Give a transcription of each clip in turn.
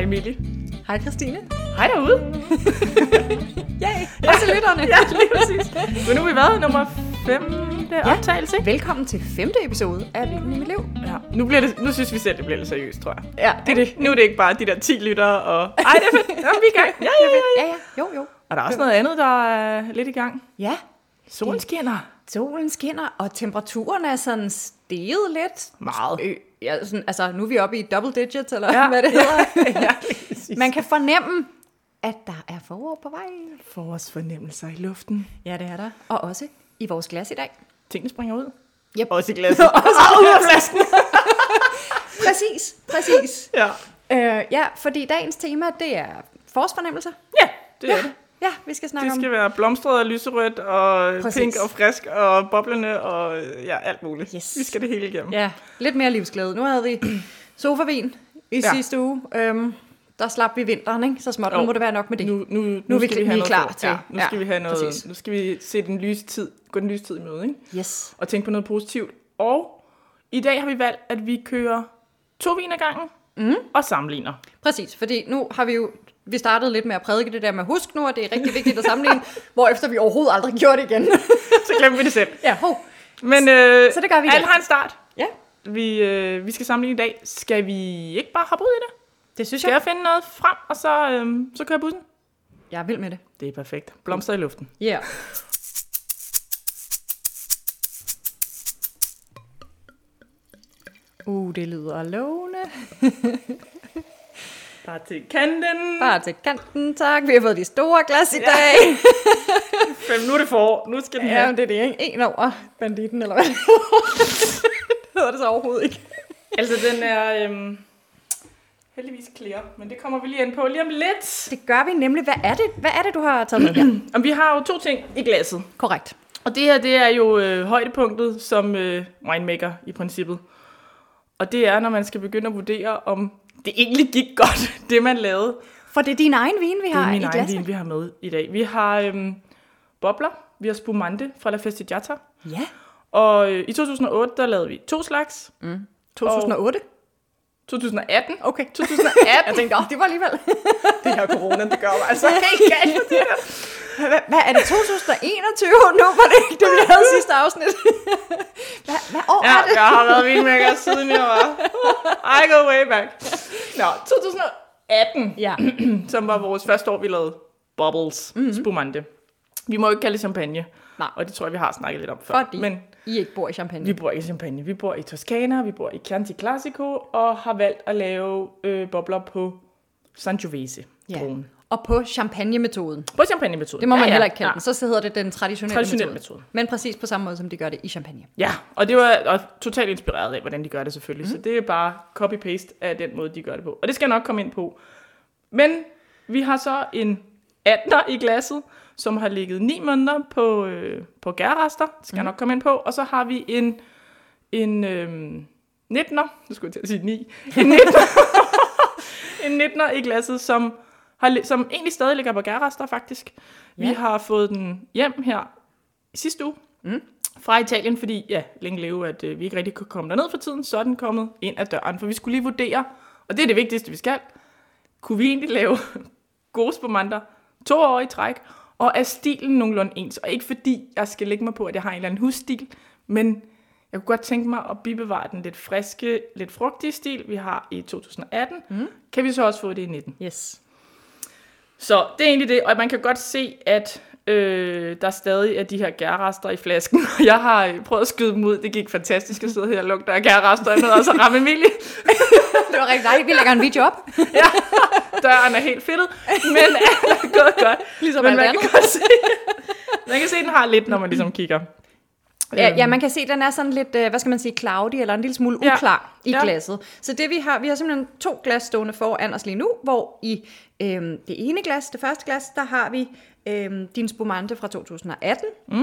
Emilie. Hej Christine. Hej derude. Hej til lytterne. Ja, lige præcis. Men nu er vi været nummer 5. optagelse, ikke? Velkommen til 5. episode af Hvilken i mit liv. Ja. Nu synes vi selv, det bliver lidt seriøst, tror jeg. Ja, det er det. Nu er det ikke bare de der 10 lyttere og... Ej, det er fedt. Nå, vi er i gang. Ja. Jo. Og der er også noget andet, der er lidt i gang. Ja. Solen skinner. Solen skinner, og temperaturen er sådan steget lidt. Meget. Ja, sådan, altså, nu er vi oppe i double digits, eller hvad det hedder. Ja, Man kan fornemme, at der er forår på vej. Forårsfornemmelser i luften. Ja, det er der. Og også i vores glas i dag. Tingene springer ud. Yep. Også i glasset. Ud af flasken. Præcis. Ja. Ja, fordi dagens tema, det er forårsfornemmelser. Ja, det er det. Ja, vi skal snakke Det om... skal være blomstret og lyserødt og Præcis. pink og frisk og boblende og ja, alt muligt. Yes. Vi skal det hele igennem. Ja, lidt mere livsglæde. Nu havde vi sofavin i sidste uge. Der slap vi vinteren, ikke? Så småt. Nu må det være nok med det. Nu er vi skal vi have klar noget til. Ja, nu skal vi have noget. Præcis. Nu skal vi se den lyse tid, gå den lyse tid i møde, ikke? Yes. Og tænke på noget positivt. Og i dag har vi valgt, at vi kører 2 vin ad gangen og sammenligner. Præcis, fordi nu har vi startede lidt med at prædike det der med husk nu, og det er rigtig vigtigt at sammenligne, hvorefter vi overhovedet aldrig gjorde det igen. Så glemmer vi det selv. Ja, Men så det gør vi i dag. alt har en start. Ja. Vi skal sammenligne i dag. Skal vi ikke bare hoppe ud i det? Det synes Skal jeg finde noget frem, og så kører bussen? Jeg er vild med det. Det er perfekt. Blomster i luften. Ja. Yeah. Det lyder lovende. Bare til kanten. Bare til kanten, tak. Vi har fået de store glas i dag. 5, nu er det forår. Nu skal den Ja, have. det er det, ikke? En over banditten, eller hvad? Det hedder det så overhovedet ikke. Altså, den er heldigvis clear, men det kommer vi lige ind på lige om lidt. Det gør vi nemlig. Hvad er det, du har taget med her? Og vi har jo 2 ting i glasset. Korrekt. Og det her, det er jo højdepunktet som winemaker i princippet. Og det er, når man skal begynde at vurdere, om det egentlig gik godt, det man lavede. For det er din egen vin, vi har i Det er min egen vin, vi har med i dag. Vi har bobler, vi har spumante fra La Festeggiata. Ja. Og i 2008, der lavede vi 2 slags. 2008? 2018. Okay. 2018. Jeg tænkte, det var alligevel. Det her corona, det gør mig altså helt galt på det her. Hvad er det 2021? Nu var det ikke det, vi havde sidste afsnit. Hvad år er det? Jeg har været vinmaker siden jeg var. I go way back. Nå, 2018, Ja. som var vores første år, vi lavede bubbles, spumante. Vi må jo ikke kalde det champagne. Nej. Og det tror jeg, vi har snakket lidt om før. Fordi Men I ikke bor i Champagne. vi bor ikke i Champagne. Vi bor i Toscana, vi bor i Chianti Classico, og har valgt at lave bobler på Sangiovese. Ja. Og på champagne-metoden. På champagne-metoden. Det må man heller ikke kalde den. Så hedder det den traditionelle metode. Men præcis på samme måde, som de gør det i Champagne. Ja, og det var totalt inspireret af, hvordan de gør det selvfølgelig. Så det er bare copy-paste af den måde, de gør det på. Og det skal jeg nok komme ind på. Men vi har så en 18'er i glasset, som har ligget 9 måneder på gærrester. Det skal jeg nok komme ind på. Og så har vi en 19'er. Nu skulle jeg til at sige 9. En 19'er. En 19'er i glasset, som egentlig stadig ligger på gærrester, faktisk. Ja. Vi har fået den hjem her i sidste uge fra Italien, fordi, ja, længe leve, at vi ikke rigtig kunne komme derned for tiden, så er den kommet ind ad døren. For vi skulle lige vurdere, og det er det vigtigste, vi skal. Kunne vi egentlig lave gode spumanter 2 år i træk, og er stilen nogenlunde ens? Og ikke fordi jeg skal lægge mig på, at jeg har en eller anden husstil, men jeg kunne godt tænke mig at bibevare den lidt friske, lidt frugtige stil, vi har i 2018. Kan vi så også få det i 19? Yes. Så det er egentlig det, og man kan godt se, at der stadig er de her gærrester i flasken. Jeg har prøvet at skyde dem ud. Det gik fantastisk at sidde her og lugte af gærrester, og så ramme Emilie. Det var rigtig dejligt. Vi lægger en video op. Ja, døren er helt fedtet, men alt er gået godt. Ligesom men alt man andet. kan godt se, man kan se, at den har lidt, når man ligesom kigger. Ja, man kan se, at den er sådan lidt, hvad skal man sige, cloudy, eller en lille smule uklar i glasset. Så det vi har simpelthen 2 glas stående foran os lige nu, hvor i det ene glas, det første glas, der har vi din spumante fra 2018.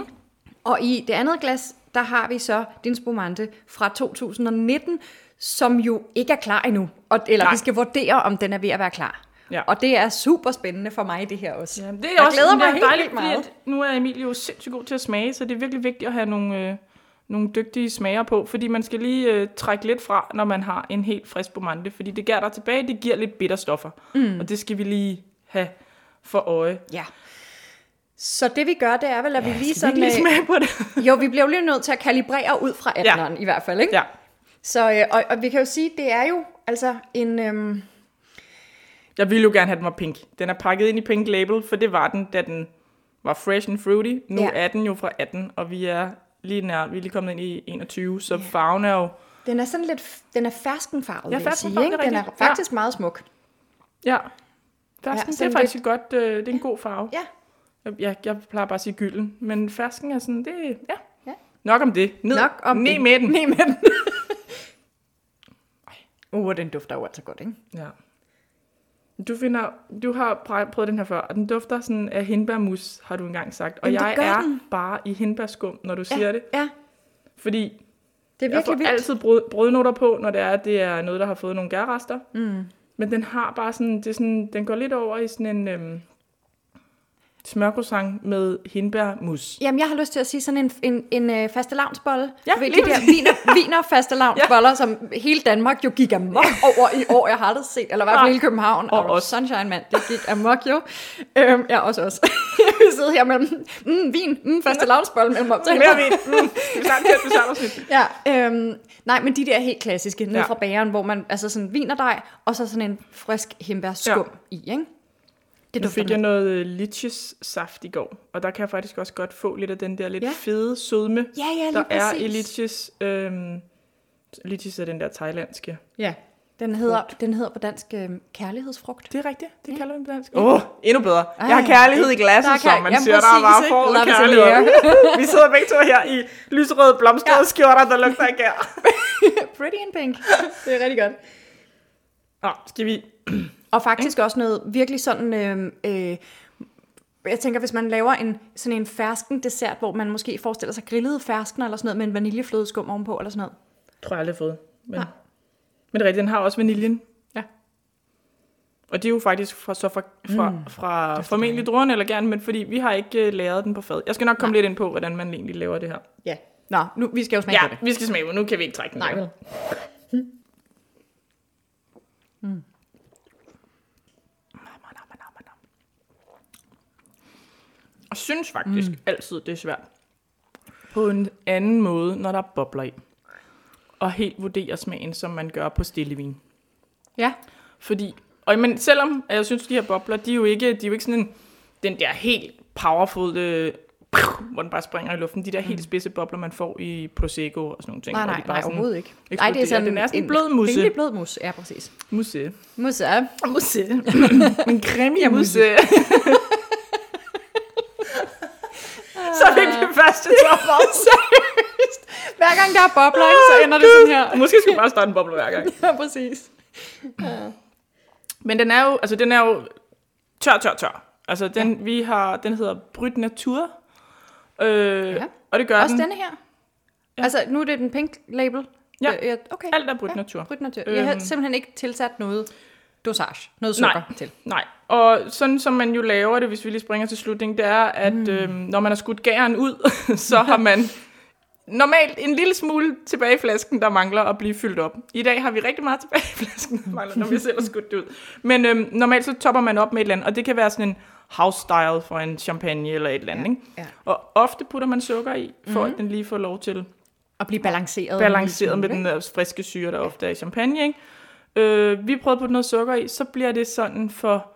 Og i det andet glas, der har vi så din spumante fra 2019, som jo ikke er klar endnu. Eller vi skal vurdere, om den er ved at være klar. Ja. Og det er super spændende for mig, det her også. Ja, det er jeg også glæder mig helt dejligt, meget. fordi nu er Emilie jo sindssygt god til at smage, så det er virkelig vigtigt at have nogle nogle dygtige smager på, fordi man skal lige trække lidt fra, når man har en helt frisk Spumante, fordi det gær der tilbage, det giver lidt bitterstoffer, og det skal vi lige have for øje. Ja. Så det vi gør, det er vel, at vi lige sådan... Skal vi ikke lige smage på det? Jo, vi bliver jo lige nødt til at kalibrere ud fra 18'eren i hvert fald, ikke? Ja. Så, og vi kan jo sige, det er jo altså en... Jeg ville jo gerne have, den var pink. Den er pakket ind i pink label, for det var den, da den var fresh and fruity. Nu er den jo fra 18, og vi er lige kommet ind i 21, så farven er jo... Den er sådan lidt... Den er ferskenfarvet, vil jeg sige, ikke? Den er faktisk meget smuk. Ja. Fersken, det er faktisk lidt... godt... det er en god farve. Ja. Jeg plejer bare at sige gylden, men fersken er sådan... Det, ja. Nok om det. Ned med den. Ned med den. Den dufter jo altså godt, ikke? Ja. Du har prøvet den her før, og den dufter sådan af hindbærmus, har du engang sagt. Og jeg er bare i hindbærskum, når du siger det. Ja. Fordi det er jeg får vildt. altid brødnoter på, når det er noget, der har fået nogle gærrester. Men den har bare sådan, den går lidt over i sådan en smørcroissant med hindbærmus. Jamen, jeg har lyst til at sige sådan en fastelavnsbolle. Ja, de der viner fastelavnsboller, som hele Danmark jo gik amok over i år. Jeg har aldrig set, eller i hvert fald hele København. Og også Sunshine, mand, det gik amok jo. Ja, også. Vi sidder her mellem vin, fastelavnsbolle mellem optagelser. Mere vin. Vi starter snit. Nej, men de der helt klassiske, ned fra bageren, hvor man, altså sådan vinerdej, og så sådan en frisk hindbærskum i, ikke? Nu fik jeg noget litchis saft i går, og der kan jeg faktisk også godt få lidt af den der lidt fede sødme, der er i litchis. Litchis er den der thailandske. Ja, den hedder på dansk kærlighedsfrugt. Det er rigtigt, det kalder vi på dansk. Endnu bedre. Jeg har kærlighed i glasset, som man siger, der er bare for kærlighed. Vi sidder begge to her i lyserøde blomstrede skjorter, der lugter af gær. Pretty in pink. Det er rigtig godt. Skal vi... Og faktisk også noget virkelig sådan, jeg tænker, hvis man laver sådan en fersken dessert, hvor man måske forestiller sig grillede ferskener eller sådan noget, med en vaniljeflødeskum ovenpå eller sådan noget. Tror jeg aldrig fået. Men det er rigtigt, den har også vaniljen. Ja. Og det er jo faktisk fra formentlig druerne eller gerne, men fordi vi har ikke lavet den på fad. Jeg skal nok komme lidt ind på, hvordan man egentlig laver det her. Ja. Nå, nu vi skal jo smage på det. Ja, vi skal smage på. Nu kan vi ikke trække den. Nej, vel. Jeg synes faktisk altid, det er svært på en anden måde, når der er bobler i. Og helt vurdere smagen, som man gør på stillevin. Ja. Fordi, men selvom jeg synes, de her bobler, de er jo ikke sådan den der helt powerful, hvor den bare springer i luften. De der helt spidse bobler, man får i Prosecco og sådan nogle ting. Nej, overhovedet ikke. Nej, det er sådan den er sådan en blød musse. Rimelig blød musse, ja, præcis. Musse. En creme musse. Så fik vi første topper. Seriøst. Hver gang der er bobler, så ender det sådan her. Måske skal vi bare starte en boble hver gang. Ja, præcis. Men den er jo tør. Altså den hedder Brut Natur. Og det gør også den. Denne her? Ja. Altså nu er det den pink label? Ja, okay. Alt er Brut Natur. Brut Natur. Jeg har simpelthen ikke tilsat noget dosage, noget sukker til. Nej, og sådan som man jo laver det, hvis vi lige springer til slutningen, det er, at når man har skudt gæren ud, så har man normalt en lille smule tilbage i flasken, der mangler at blive fyldt op. I dag har vi rigtig meget tilbage i flasken, der mangler, når vi selv har skudt det ud. Men normalt så topper man op med et eller andet, og det kan være sådan en house style for en champagne eller et eller andet. Ikke? Ja. Og ofte putter man sukker i, for at den lige får lov til at blive balanceret. Balanceret med den der friske syre, der ofte er i champagne, ikke? Vi prøvede at putte noget sukker i, så bliver det sådan for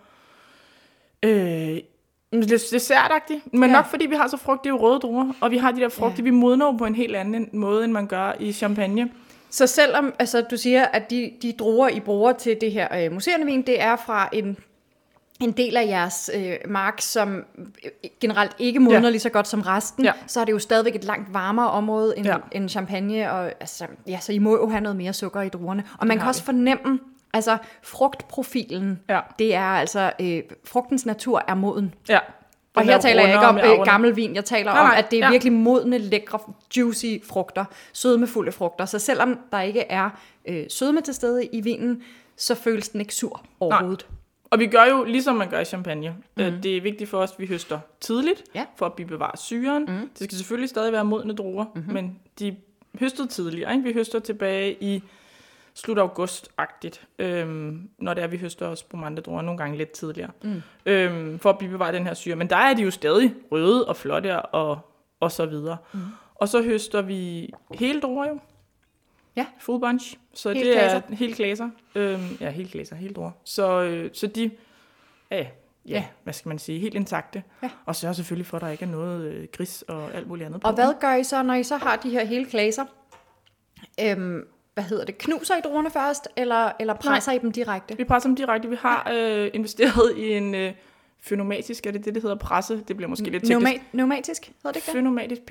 dessertagtigt, men nok fordi vi har så frugtige røde druer, og vi har de der frugter, vi modner på en helt anden måde, end man gør i champagne. Så selvom du siger, at de druer, I bruger til det her museerne vin, det er fra en del af jeres mark, som generelt ikke modner lige så godt som resten, så er det jo stadigvæk et langt varmere område end champagne, og så I må jo have noget mere sukker i druerne. Og man kan også fornemme, altså frugtprofilen, det er altså, frugtens natur er moden. Ja. Og her taler jeg ikke om gammel vin, jeg taler om, at det er virkelig modne, lækre, juicy frugter, sødmefulde frugter. Så selvom der ikke er sødme til stede i vinen, så føles den ikke sur overhovedet. Og vi gør jo, ligesom man gør i champagne. Det er vigtigt for os, at vi høster tidligt, for at bevare syren. Det skal selvfølgelig stadig være modne druer, men de høstede tidligere. Ikke? Vi høster tilbage i slut august-agtigt, når det er, vi høster spumante-druer, nogle gange lidt tidligere, for at bevare den her syre. Men der er de jo stadig røde og flotte og så videre. Og så høster vi hele druer jo. Ja. Full bunch. Så helt det glaser. er helt glaser. Helt glaser, helt druer. Så de hvad skal man sige, helt intakte. Ja. Og sørger selvfølgelig for, at der ikke er noget gris og alt muligt andet på. Og hvad gør I så, når I så har de her hele glaser? Knuser I druerne først, eller presser I dem direkte? Vi presser dem direkte. Vi har investeret i en pneumatisk, er det hedder presse? Det bliver måske lidt teknisk. Pneumatisk, hedder det ikke det? Pneumatisk,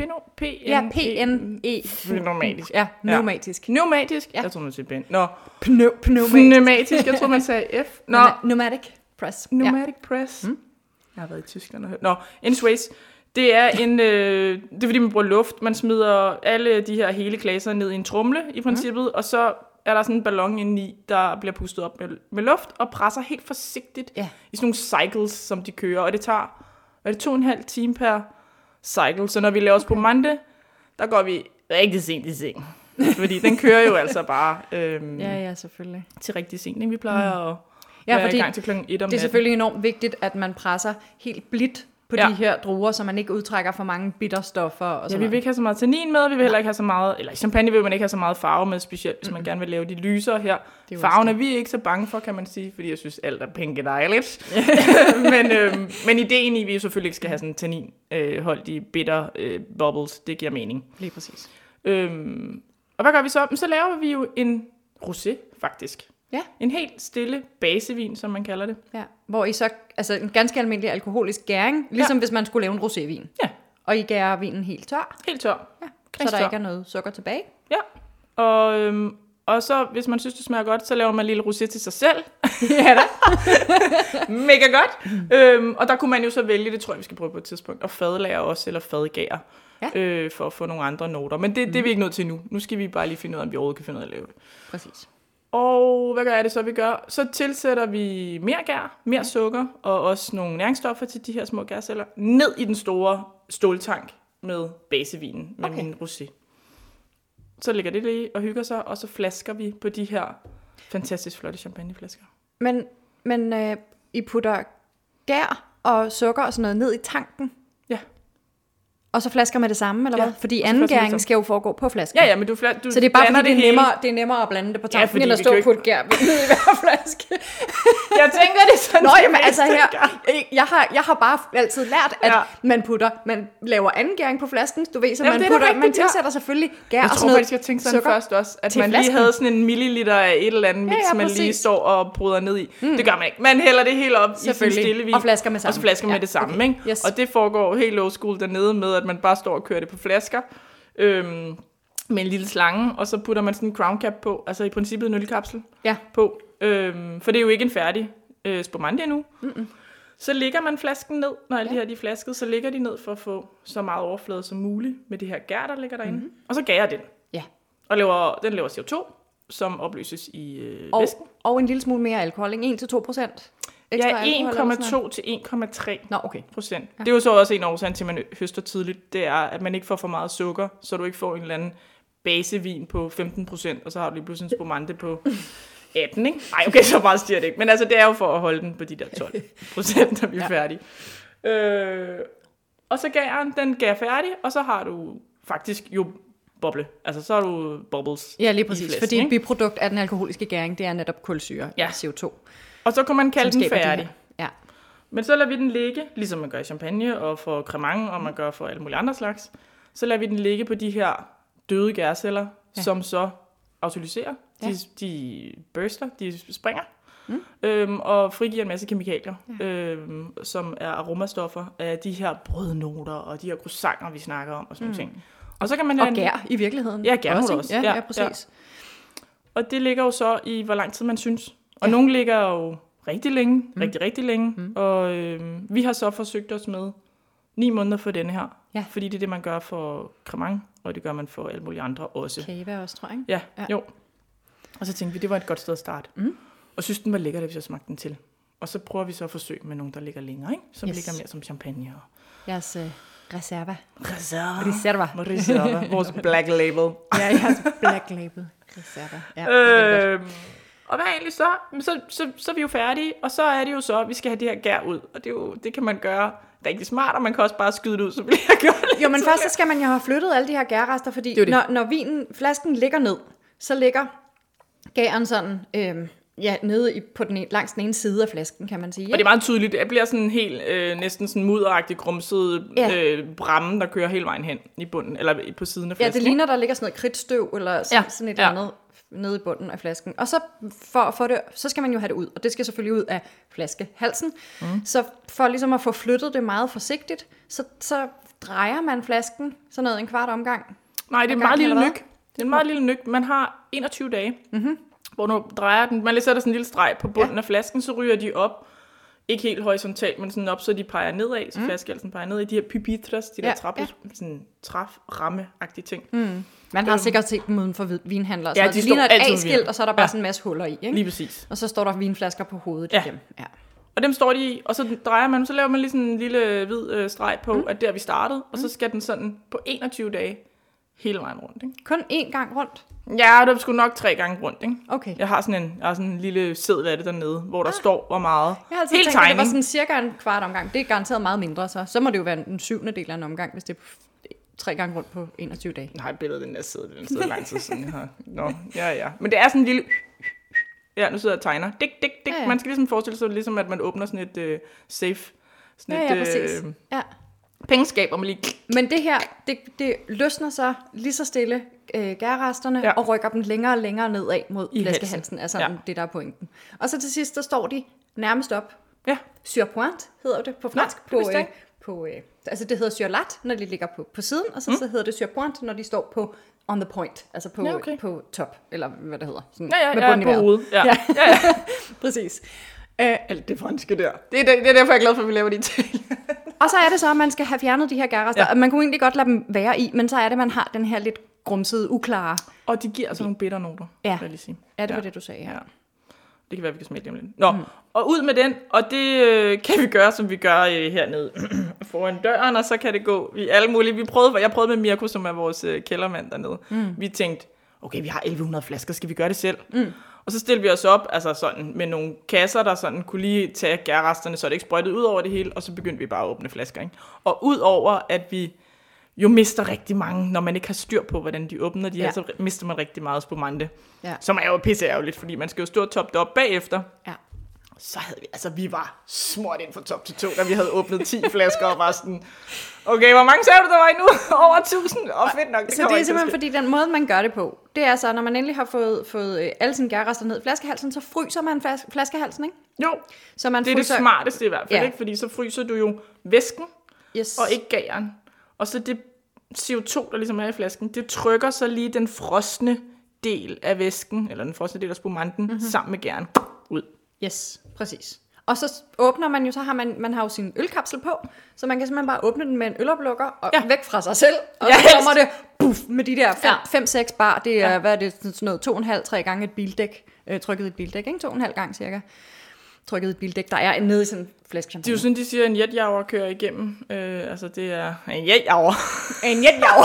P-N-E. Pneumatisk. Ja, pneumatisk. Pneumatisk? Ja. Jeg tror, man siger pænt. Nå, Pneumatisk. jeg tror, man sagde F. Nå. Pneumatic press. Pneumatic press. Jeg har været i Tyskland og hørt. Nå, anyways. Det er det er fordi, man bruger luft. Man smider alle de her hele glaser ned i en tromle, i princippet, og så er der sådan en ballon indeni, der bliver pustet op med luft, og presser helt forsigtigt i sådan nogle cycles, som de kører. Og det tager 2,5 time per cycle. Så når vi laver spumante, der går vi rigtig sent i seng. Fordi den kører jo altså bare selvfølgelig. til rigtig sent. Ikke? Vi plejer at være i gang til klokken 1 om natten. Det er selvfølgelig enormt vigtigt, at man presser helt blidt på de her druer, så man ikke udtrækker for mange bitterstoffer. Og vi vil ikke have så meget tannin med, vi vil heller ikke have så meget, eller i champagne vil man ikke have så meget farve med, specielt hvis man gerne vil lave de lysere her. Farven er vi ikke så bange for, kan man sige, fordi jeg synes, alt er pink dejligt. men ideen i, at vi selvfølgelig ikke skal have sådan tanninholdige bitter bubbles, det giver mening. Lige præcis. Og hvad gør vi så? Så laver vi jo en rosé, faktisk. Ja. En helt stille basevin, som man kalder det. Ja. Hvor I så, altså en ganske almindelig alkoholisk gæring, ligesom hvis man skulle lave en rosévin. Ja. Og I gærer vinen helt tør. Helt tør. Ja. Så der ikke er noget sukker tilbage. Ja. Og så, hvis man synes, det smager godt, så laver man en lille rosé til sig selv. Ja da. Mega godt. Og der kunne man jo så vælge, det tror jeg, vi skal prøve på et tidspunkt, at fadlager også, eller fadgære, for at få nogle andre noter. Men det er vi ikke nødt til nu. Nu skal vi bare lige finde ud af, om vi overhovedet kan finde ud af at lave det. Præcis. Og hvad gør det så, vi gør? Så tilsætter vi mere gær, mere sukker, og også nogle næringsstoffer til de her små gærceller, ned i den store ståltank med basevinen, med min rosé. Så ligger det lige og hygger sig, og så flasker vi på de her fantastisk flotte champagneflasker. Men I putter gær og sukker og sådan noget ned i tanken? Ja. Og så flasker med det samme, eller hvad? Fordi anden gæring skal jo foregå på flasken. Ja, men du så det er bare fordi, det er nemmere at blande det på tanken, end at stå og putte gær ned i hver flaske. Jeg tænker det sådan. Nå, jamen altså jeg har bare altid lært, at man laver anden gæring på flasken, du ved, så man tilsætter selvfølgelig gær og sådan noget. Jeg tror faktisk, jeg tænkte sådan først også, at man lige havde sådan en milliliter af et eller andet mix, man lige står og bryder ned i. Det gør man ikke. Man hælder det helt op i sin stille vin. Og flasker med sammen. Og så flasker med det samme, ikke? Og det foregår helt old school dernede med, at man bare står og kører det på flasker med en lille slange, og så putter man sådan en crown cap på, altså i princippet en ølkapsel på, for det er jo ikke en færdig spumante endnu. Så lægger man flasken ned, når alle de her de er flasket, så lægger de ned for at få så meget overflade som muligt med det her gær, der ligger derinde, og så gærer den. Ja. Og den laver CO2, som opløses i væsken. Og en lille smule mere alkohol, 1-2%. Ja, 1,2 til 1,3%. Nå, okay. Ja. Det er jo så også en årsag til, at man høster tidligt. Det er, at man ikke får for meget sukker, så du ikke får en eller anden basevin på 15%, og så har du lige pludselig en spumante på 18, ikke? Nej, okay, så meget stiger det ikke. Men altså, det er jo for at holde den på de der 12%, når vi er færdige. Og så den gær færdig, og så har du faktisk jo boble. Altså, så har du bubbles. Ja, lige præcis. Flæsen, fordi et biprodukt af den alkoholiske gæring, det er netop kulsyre, CO2. Og så kan man kalde den færdig. Ja. Men så lader vi den ligge, ligesom man gør i champagne og for cremant, og man gør for alle mulige andre slags. Så lader vi den ligge på de her døde gærceller, som så autolyserer. De burster, de springer, og frigiver en masse kemikalier, som er aromastoffer af de her brødnoter og de her croissanter, vi snakker om og sådan nogle ting. Og så kan man gær i virkeligheden. Ja, gær også. Ja, præcis. Ja. Og det ligger jo så i, hvor lang tid man synes. Og nogle ligger jo rigtig længe, rigtig længe. Og vi har så forsøgt os med 9 måneder for denne her. Ja. Fordi det er det, man gør for cremant, og det gør man for alle mulige andre også. Cava også, tror jeg. Ja, jo. Og så tænkte vi, det var et godt sted at starte. Og synes, den var lækker, da vi så smagte den til. Og så prøver vi så at forsøge med nogen, der ligger længere, ikke? Som ligger mere som champagne. Jeres reserva. Reserva. Vores black label. Ja, jeres black label. Reserva. Ja, og hvad egentlig så? Så er vi jo færdige, og så er det jo så, at vi skal have det her gær ud. Og det kan man gøre rigtig smart, og man kan også bare skyde det ud, så bliver jeg gøre. Jo, men først så skal man jo have flyttet alle de her gærrester, fordi når flasken ligger ned, så ligger gæren sådan... nede langs den ene side af flasken, kan man sige. Ikke? Og det er meget tydeligt. Det bliver sådan en helt, næsten sådan mudderagtig, grumset bramme, der kører hele vejen hen i bunden, eller på siden af flasken. Ja, det ligner, der ligger sådan noget kridtstøv, eller sådan et eller andet nede i bunden af flasken. Og så for at få det, så skal man jo have det ud, og det skal selvfølgelig ud af flaskehalsen. Så for ligesom at få flyttet det meget forsigtigt, så drejer man flasken sådan noget en kvart omgang. Nej, det er en meget lille nyk. Det er en meget lille nyk. Man har 21 dage. Hvor nu drejer den, man lige sætter sådan en lille streg på bunden af flasken, så ryger de op, ikke helt horisontalt, men sådan op, så de peger nedad, så flaskehalsen peger nedad, de her pupitras, de der sådan træframme-agtige ting. Man har sikkert set dem uden for vinhandler, ja, de ligner et A-skilt, og så er der bare sådan en masse huller i, ikke? Lige præcis. Og så står der vinflasker på hovedet i dem. Ja. Og dem står de i, og så drejer man, så laver man lige sådan en lille hvid streg på, at der vi startede, og så skal den sådan på 21 dage hele vejen rundt, ikke? Kun én gang rundt? Ja, det er sgu nok 3 gange rundt, ikke? Okay. Jeg har sådan en lille seddel af det dernede, hvor der står, hvor meget. Jeg har altid tænkt, at det var sådan cirka en kvart omgang. Det er garanteret meget mindre, så må det jo være en 7/del af en omgang, hvis det er 3 gange rundt på 21 dage. Jeg har et billede af den der seddel, den sidder lang tid siden. Nå, ja. Men det er sådan en lille... Ja, nu sidder jeg og tegner. Dik. Ja. Man skal ligesom forestille sig, ligesom at man åbner sådan et safe. Sådan præcis. Pengeskab, og man lige... Men det her, det løsner sig lige så stille gærresterne, og rykker dem længere og længere nedad mod flaskehalsen, altså det der er pointen. Og så til sidst, der står de nærmest op. Ja. Sur pointe hedder det på fransk. Altså det hedder sur lat, når de ligger på siden, og så hedder det sur pointe, når de står på on the point, altså på top, eller hvad det hedder. Sådan, med på hovedet. Ja. Præcis. Alt det franske der. Det er derfor, jeg er glad for, at vi laver de ting. Og så er det så, at man skal have fjernet de her gærrester. Ja. Man kunne egentlig godt lade dem være i, men så er det, at man har den her lidt grumsede, uklare... Og de giver altså nogle bitternoter, vil jeg lige sige. Ja, det var det, du sagde, ja. Det kan være, vi kan smage dem lidt. Nå, og ud med den, og det kan vi gøre, som vi gør hernede foran døren, og så kan det gå i alle mulige... Jeg prøvede med Mirko, som er vores kældermand dernede. Vi tænkte, okay, vi har 1100 flasker, skal vi gøre det selv? Og så stillede vi os op, altså sådan med nogle kasser, der sådan kunne lige tage gærresterne, så det ikke sprøjtede ud over det hele, og så begyndte vi bare at åbne flasker, ikke? Og ud over, at vi jo mister rigtig mange, når man ikke har styr på, hvordan de åbner de her, så mister man rigtig meget spumante, som er jo pisseærgerligt, fordi man skal jo stå og toppe det op bagefter. Ja. Så havde vi var smurt ind fra top til to, da vi havde åbnet 10 flasker, og var sådan, okay, hvor mange sagde du, der var endnu? Over 1000? Fedt nok. Så det er simpelthen, fordi den måde, man gør det på, det er så, når man endelig har fået alle sine gærrester ned i flaskehalsen, så fryser man flaskehalsen, ikke? Jo, så man det er det smarteste i hvert fald, ikke? Fordi så fryser du jo væsken, og ikke gæren. Og så det CO2, der ligesom er i flasken, det trykker så lige den frosne del af væsken, eller den frosne del af spumanten, sammen med gæren ud. Yes, præcis. Og så åbner man jo, så har man har jo sin ølkapsel på, så man kan simpelthen bare åbne den med en øloplukker og væk fra sig selv, og så kommer det med de der 5-6 bar, det er, hvad er det, sådan noget 2,5-3 gange et bildæk, trykket et bildæk, ikke? 2,5 gange cirka, trykket et bildæk, der er nede i sådan en flaske champagne. Det er jo sådan, de siger, at en jetjager kører igennem, altså det er en jetjager. En jetjager.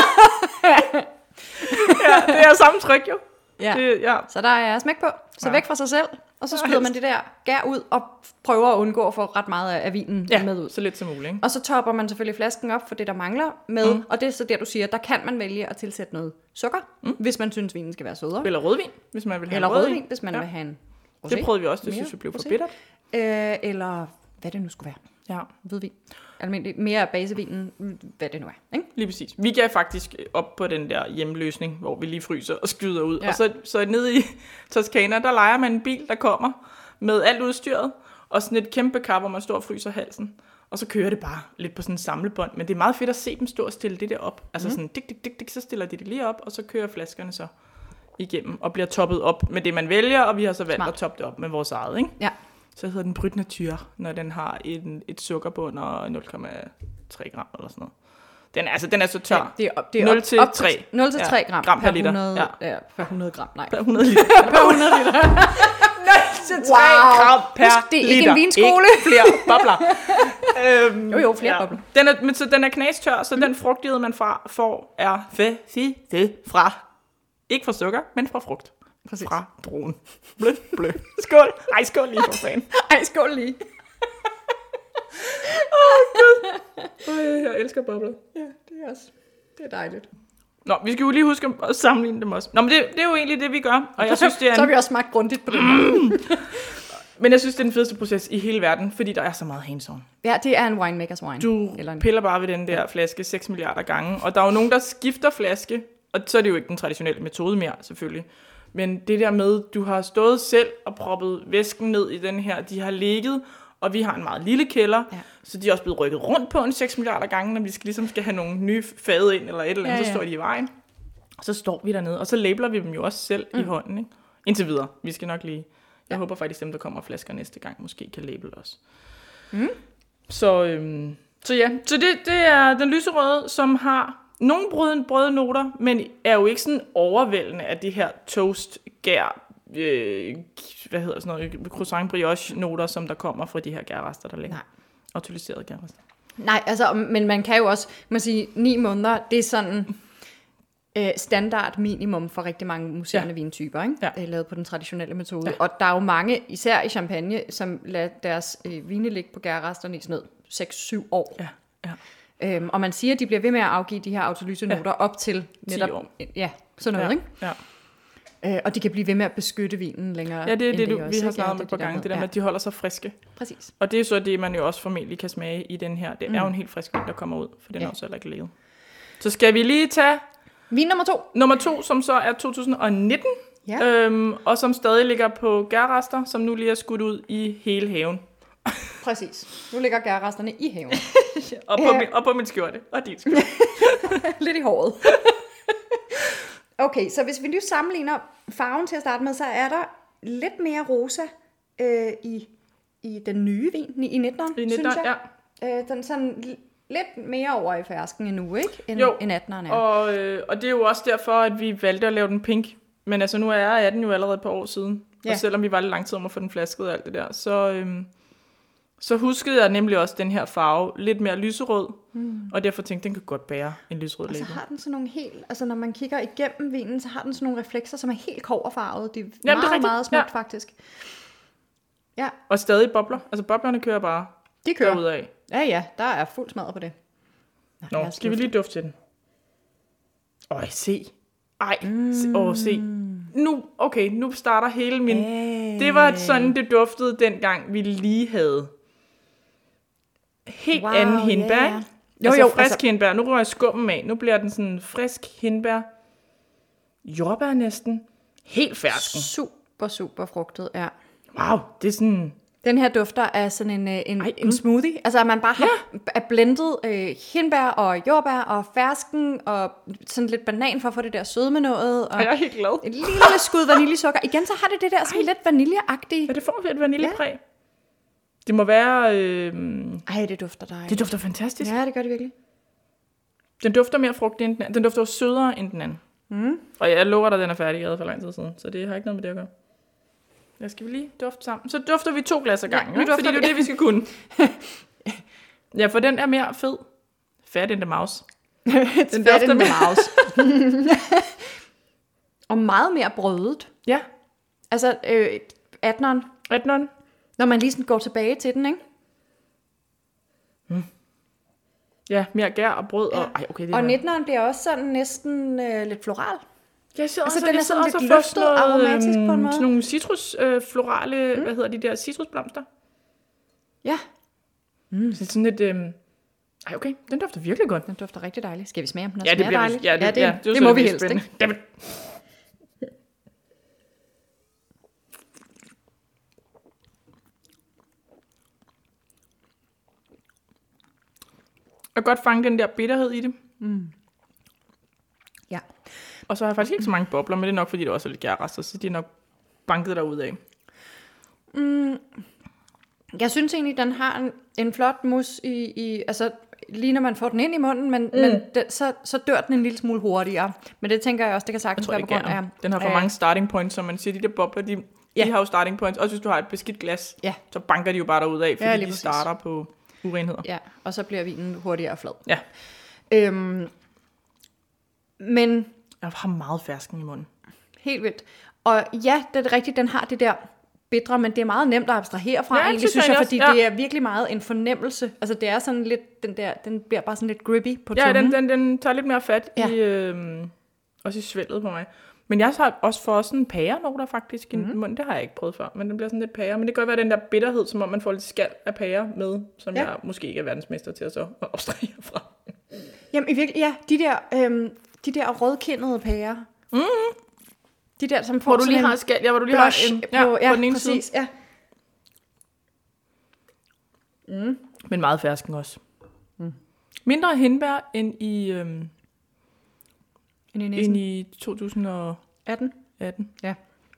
Ja, det er samme tryk jo. Ja. Så der er smæk på, så væk fra sig selv. Og så skyder man det der gær ud og prøver at undgå at få ret meget af vinen med ud. Så lidt som muligt. Ikke? Og så topper man selvfølgelig flasken op for det, der mangler med. Og det er så der, du siger, der kan man vælge at tilsætte noget sukker, hvis man synes, vinen skal være sødere. Eller rødvin, hvis man vil have eller rødvin, hvis man vil have en rosé. Det prøvede vi også, det synes vi blev for bittert. Eller hvad det nu skulle være. Ja. Hvidvin. Almindeligt mere basevinen, hvad det nu er. Ikke? Lige præcis. Vi gav faktisk op på den der hjemløsning, hvor vi lige fryser og skyder ud. Ja. Og så nede i Toscana, der lejer man en bil, der kommer med alt udstyret, og sådan et kæmpe kar, hvor man står og fryser halsen. Og så kører det bare lidt på sådan en samlebånd. Men det er meget fedt at se dem stå og stille det der op. Altså sådan dik, så stiller de det lige op, og så kører flaskerne så igennem og bliver toppet op med det, man vælger, og vi har så valgt at toppe det op med vores eget, ikke? Ja. Så hedder den Brut Nature, når den har et sukkerbund og 0,3 gram eller sådan noget. Den er så tør. Ja, det er 0 til 3. 0 til 3 gram per liter. 100, ja. Per 100 gram, nej. Per 100 liter. Per 100 liter. 0 til 3 gram per det er liter. ikke en vinskole. Ikke flere bobler. Jo, flere bobler. Den er knastør, så den frugtighed, man får, er fra, ikke fra sukker, men fra frugt. Præcis. Fra druen. Blø. Skål. Ej, skål lige for fanden. Ej, skål lige. Jeg elsker bobler. Ja, det er dejligt. Nå, vi skal jo lige huske at sammenligne dem også. Nå, men det er jo egentlig det, vi gør. Og jeg synes, det er så har vi også smagt grundigt på det. Men jeg synes, det er den fedeste proces i hele verden, fordi der er så meget hands-on. Ja, det er en winemakers wine. Du piller bare ved den der flaske 6 milliarder gange, og der er jo nogen, der skifter flaske, og så er det jo ikke den traditionelle metode mere, selvfølgelig. Men det der med, du har stået selv og proppet væsken ned i den her, de har ligget, og vi har en meget lille kælder, så de er også blevet rykket rundt på en 6 milliarder gange, når vi skal have nogle nye fade ind, eller et eller andet, så står de i vejen. Og så står vi dernede, og så labeler vi dem jo også selv i hånden, ikke? Indtil videre. Vi skal nok lige... Jeg håber faktisk, dem, der kommer flasker næste gang, måske kan label os. Så ja, så det er den lyserøde, som har nogle brøde noter, men er jo ikke sådan overvældende af de her toast, gær, croissant brioche noter, som der kommer fra de her gærrester, der ligger. Nej. Autoriserede gærrester. Nej, altså, men man kan jo også, man sige, 9 måneder, det er sådan standard minimum for rigtig mange muserende vintyper, ikke? Ja. Lavet på den traditionelle metode. Ja. Og der er jo mange, især i Champagne, som lader deres vine ligge på gærresterne i sådan noget 6-7 år. Ja. Og man siger, at de bliver ved med at afgive de her autolysenoter op til netop 10 år. Ja, sådan noget, ikke? Ja. Og de kan blive ved med at beskytte vinen længere. Ja, det er det, vi også, har snakket om et par gange. Det der med, at de holder sig friske. Præcis. Og det er så det, man jo også formentlig kan smage i den her. Det er jo en helt frisk vin, der kommer ud, for den er også heller ikke lavet. Så skal vi lige tage vin nummer 2. Nummer 2, som så er 2019. Ja. Og som stadig ligger på gærrester, som nu lige er skudt ud i hele haven. Præcis. Nu ligger gærresterne i haven. og på min skjorte. Og din skjorte. Lidt i håret. Okay, så hvis vi nu sammenligner farven til at starte med, så er der lidt mere rosa i den nye vin, i 19'eren, synes jeg. Ja. Den sådan lidt mere over i fersken endnu, ikke? End 18'eren er. Og det er jo også derfor, at vi valgte at lave den pink. Men altså, nu er jeg 18 jo allerede et par år siden. Ja. Og selvom vi var lidt lang tid om at få den flasket og alt det der, så huskede jeg nemlig også den her farve lidt mere lyserød. Og derfor tænkte den kan godt bære en lyserød label. Og så har den sådan nogle helt, altså når man kigger igennem vinen, så har den sådan nogle reflekser, som er helt kobberfarvede. Det er meget smukt, faktisk. Ja. Og stadig bobler. Altså boblerne kører bare derudad. Ja, der er fuld smadret på det. Nå, skal vi lige dufte til den? Se. Se. Nu starter hele min... Det var sådan, det duftede dengang, vi lige havde. Helt anden hindbær, ikke? Frisk hindbær. Nu rører jeg skummen af. Nu bliver den sådan frisk hindbær. Jordbær næsten. Helt fersken. Super frugtet, ja. Wow, det er sådan... Den her dufter af sådan en smoothie. Altså, at man bare har blendet hindbær og jordbær og fersken og sådan lidt banan for at få det der sødme noget. Og jeg er helt glad. Et lille skud vaniljesukker. Igen, så har det der sådan lidt vaniljeagtige. Ja, det får vi et vaniljepræg. Det må være... det dufter dejligt. Det dufter fantastisk. Ja, det gør det virkelig. Den dufter mere frugtig end den anden. Den dufter jo sødere end den anden. Og jeg lover dig, at den er færdig for lang tid siden. Så det har ikke noget med det at gøre. Ja, skal vi lige dufte sammen? Så dufter vi 2 glas ad gangen, fordi det er det, vi skal kunne. Ja, for den er mere fed. Fat in the mouse. Den dufter med mouse. Og meget mere brødet. Ja. Altså 18'eren. Når man lige sådan går tilbage til den, ikke? Ja, mere gær og brød. Og, og 19'eren bliver også sådan næsten lidt floral. Jeg sidder altså, den er sådan lidt luftet aromatisk på en måde. Sådan nogle citrusflorale, hvad hedder de der, citrusblomster. Ja. Så sådan lidt, den dufter virkelig godt. Den dufter rigtig dejligt. Skal vi smage om den? Ja, det bliver dejligt. Det må vi helst, ikke? Jeg kan godt fange den der bitterhed i det. Ja. Og så har jeg faktisk ikke så mange bobler, men det er nok, fordi det også er lidt gærrester, så de er nok banket derudad. Jeg synes egentlig, den har en flot mus i altså lige når man får den ind i munden, men så dør den en lille smule hurtigere. Men det tænker jeg også, det kan sagtens være på grund af... Den har for mange starting points, som man siger, de der bobler, de har jo starting points. Også hvis du har et beskidt glas, så banker de jo bare derud af, fordi de starter på urenheder. Ja, og så bliver vinen hurtigere flad. Ja. Men... Jeg har meget fersken i munden. Helt vildt. Og ja, det er rigtigt, den har det der bitre, men det er meget nemt at abstrahere fra, egentlig, synes jeg, fordi det er virkelig meget en fornemmelse. Altså, det er sådan lidt, den bliver bare sådan lidt grippy på tungen. Ja, den tager lidt mere fat også i svældet på mig. Men jeg har også fået sådan en pærenoter faktisk i munden. Det har jeg ikke prøvet før, men den bliver sådan lidt pære. Men det kan godt være den der bitterhed, som om man får lidt skal af pære med, som jeg måske ikke er verdensmester til at så abstrahere fra. Jamen, i virkelig, de der rødkindede pærer. De der, som får hvor du lige har skal, hvor du lige har på den ene præcis, side. Ja. Men meget fersken også. Mindre hindbær end i 2018. Ja.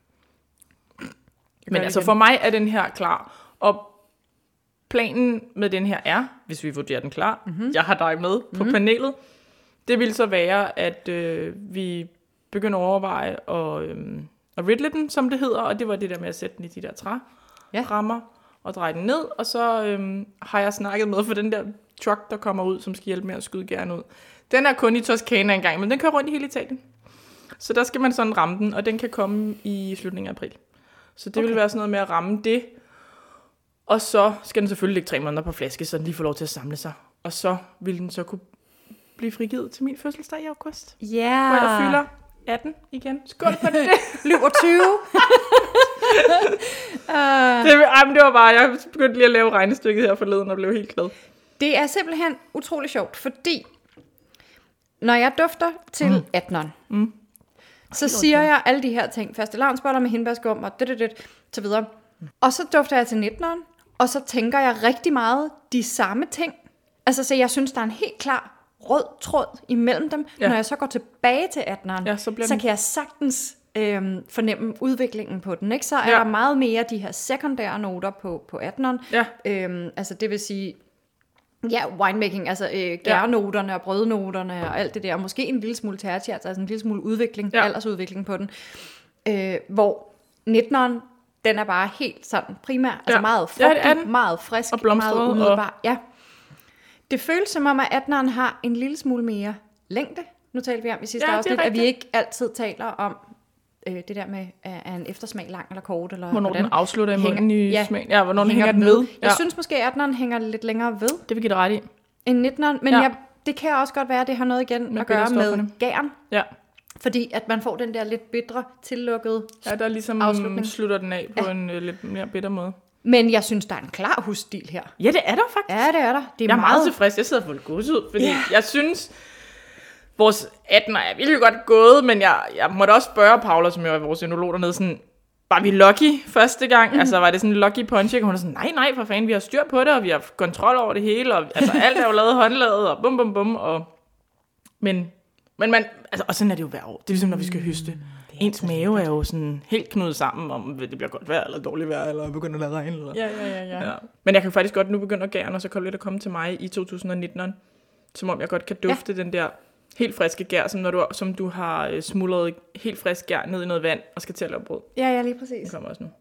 Men altså for mig er den her klar. Og planen med den her er, hvis vi vurderer den klar, jeg har dig med på panelet, det vil så være, at vi begynder at overveje at riddle den, som det hedder, og det var det der med at sætte den i de der trærammer og dreje den ned, og så har jeg snakket med for den der truck, der kommer ud, som skal hjælpe med at skyde gæren ud. Den er kun i Toscana engang, men den kører rundt i hele Italien. Så der skal man sådan ramme den, og den kan komme i slutningen af april. Så det vil være sådan noget med at ramme det, og så skal den selvfølgelig ligge 3 måneder på flaske, så den lige får lov til at samle sig. Og så vil den så kunne blive frigivet til min fødselsdag i august. Ja. Hvor jeg fylder 18 igen. Skål for det. Løber 20. Det var bare, jeg begyndte lige at lave regnestykket her forleden og blev helt glad. Det er simpelthen utrolig sjovt, fordi når jeg dufter til 18'eren, så siger jeg alle de her ting. Fastelavnsboller med hindbærskum og så videre. Og så dufter jeg til 19'eren, og så tænker jeg rigtig meget de samme ting. Altså, så jeg synes, der er en helt klar rød tråd imellem dem. Ja. Når jeg så går tilbage til 18'eren, så kan jeg sagtens fornemme udviklingen på den. Ikke? Så er der meget mere de her sekundære noter på 18'eren. Ja. Altså, det vil sige, winemaking, altså gærnoterne og brødnoterne og alt det der. Måske en lille smule tertiært, altså en lille smule udvikling, aldersudvikling på den. Hvor 19'eren, den er bare helt sådan primær, altså meget frugtig, meget frisk, og meget umiddelbar. Ja. Det føles som om, at 18'eren har en lille smule mere længde. Nu talte vi om i sidste afsnit, at vi ikke altid taler om det der med, er en eftersmag lang eller kort, eller hvornår den afslutter i munden i smagen. Ja, hvornår den hænger den ved. Jeg synes måske, at 18'eren hænger lidt længere ved. Det vil give dig ret i. End 19'eren, men det kan også godt være, at det har noget igen at gøre med gæren. Ja. Fordi at man får den der lidt bitre, tillukkede der ligesom afslutning. Slutter den af på en lidt mere bitter måde. Men jeg synes, der er en klar husstil her. Ja, det er der faktisk. Ja, det er der. Jeg er meget tilfreds. Jeg sidder for et gods ud, fordi jeg synes, vores 18'er er virkelig godt gået, men jeg måtte også spørge Paula, som jo er vores enolog dernede, sådan, var vi lucky første gang? Altså, var det sådan en lucky punch? Og hun er sådan, nej, for fanden, vi har styr på det, og vi har kontrol over det hele, og altså, alt er jo lavet håndlaget, og bum, og... Men man, altså, og sådan er det jo hver år. Det er ligesom, når vi skal høste. Ens mave er jo sådan helt knudet sammen, om det bliver godt vejr, eller dårligt vejr, eller begynder at lade regn. Eller... Ja. Men jeg kan faktisk godt nu begynde at gære, og så kommer lidt at komme til mig i 2019'eren, som om jeg godt kan dufte den der helt friske gær, som du har smuldret helt frisk gær ned i noget vand, og skal til at lave brød. Ja, lige præcis. Det kommer også nu.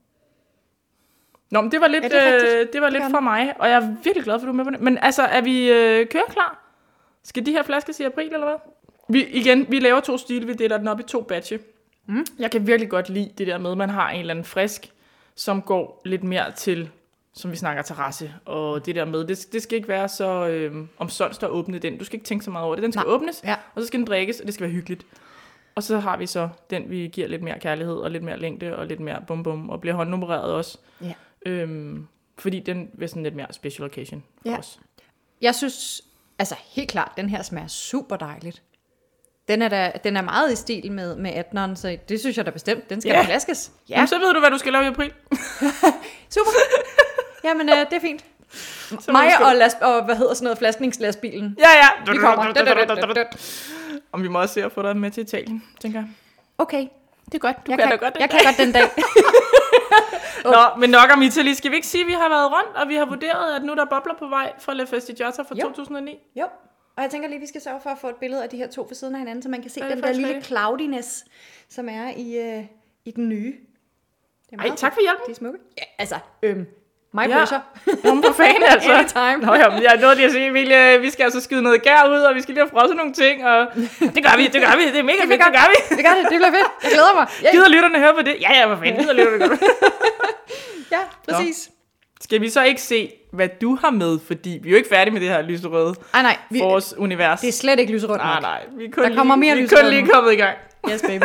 Nå, men det var lidt, det var lidt for mig, og jeg er virkelig glad for, at du er med på det. Men altså, er vi køreklar? Skal de her flasker i april, eller hvad? Vi laver 2 stile, vi deler den op i 2 batche. Jeg kan virkelig godt lide det der med, at man har en eller anden frisk, som går lidt mere til, som vi snakker, terrasse. Og det der med, det skal ikke være så omsonst at åbne den. Du skal ikke tænke så meget over det. Den skal åbnes, og så skal den drikkes, og det skal være hyggeligt. Og så har vi så den, vi giver lidt mere kærlighed, og lidt mere længde, og lidt mere bum, og bliver håndnummereret også. Ja. Fordi den vil sådan lidt mere special occasion for os. Jeg synes, altså helt klart, den her smager super dejligt. Den er meget i stil med 18'eren, så det synes jeg da bestemt. Den skal flaskes. Ja. Jamen, så ved du, hvad du skal lave i april. Super. Jamen, det er fint. Mig og hvad hedder sådan noget, flaskningslastbilen. Ja. Vi kommer. Og vi må også se at få dig med til Italien, tænker jeg. Okay. Det er godt. Du kan da godt den dag. Jeg kan godt den dag. Nå, men nok om Italy. Skal vi ikke sige, at vi har været rundt, og vi har vurderet, at nu der er bobler på vej fra Le Festigiata fra 2009? Jo. Og jeg tænker lige, vi skal sørge for at få et billede af de her to ved siden af hinanden, så man kan se Ja, den der lille cloudiness, som er i den nye. Ej, tak for hjælpen. De er smukke. Ja, altså, my pleasure. Nogen på fan, altså. Anytime. Nå, ja, noget lige at sige, Emilie, vi skal altså skyde noget gær ud, og vi skal lige have frosset nogle ting, og det gør vi, det er mega fedt, det gør vi. Vi gør det bliver fedt. Jeg glæder mig. Gider lytterne høre på det? Ja, hvor fanden gider lytterne gøre det? Ja, præcis. Skal vi så ikke se, hvad du har med, fordi vi er jo ikke færdige med det her lyserøde vores univers. Det er slet ikke lyserødt nok. Nej, vi er kun lige kommet i gang. Yes, baby.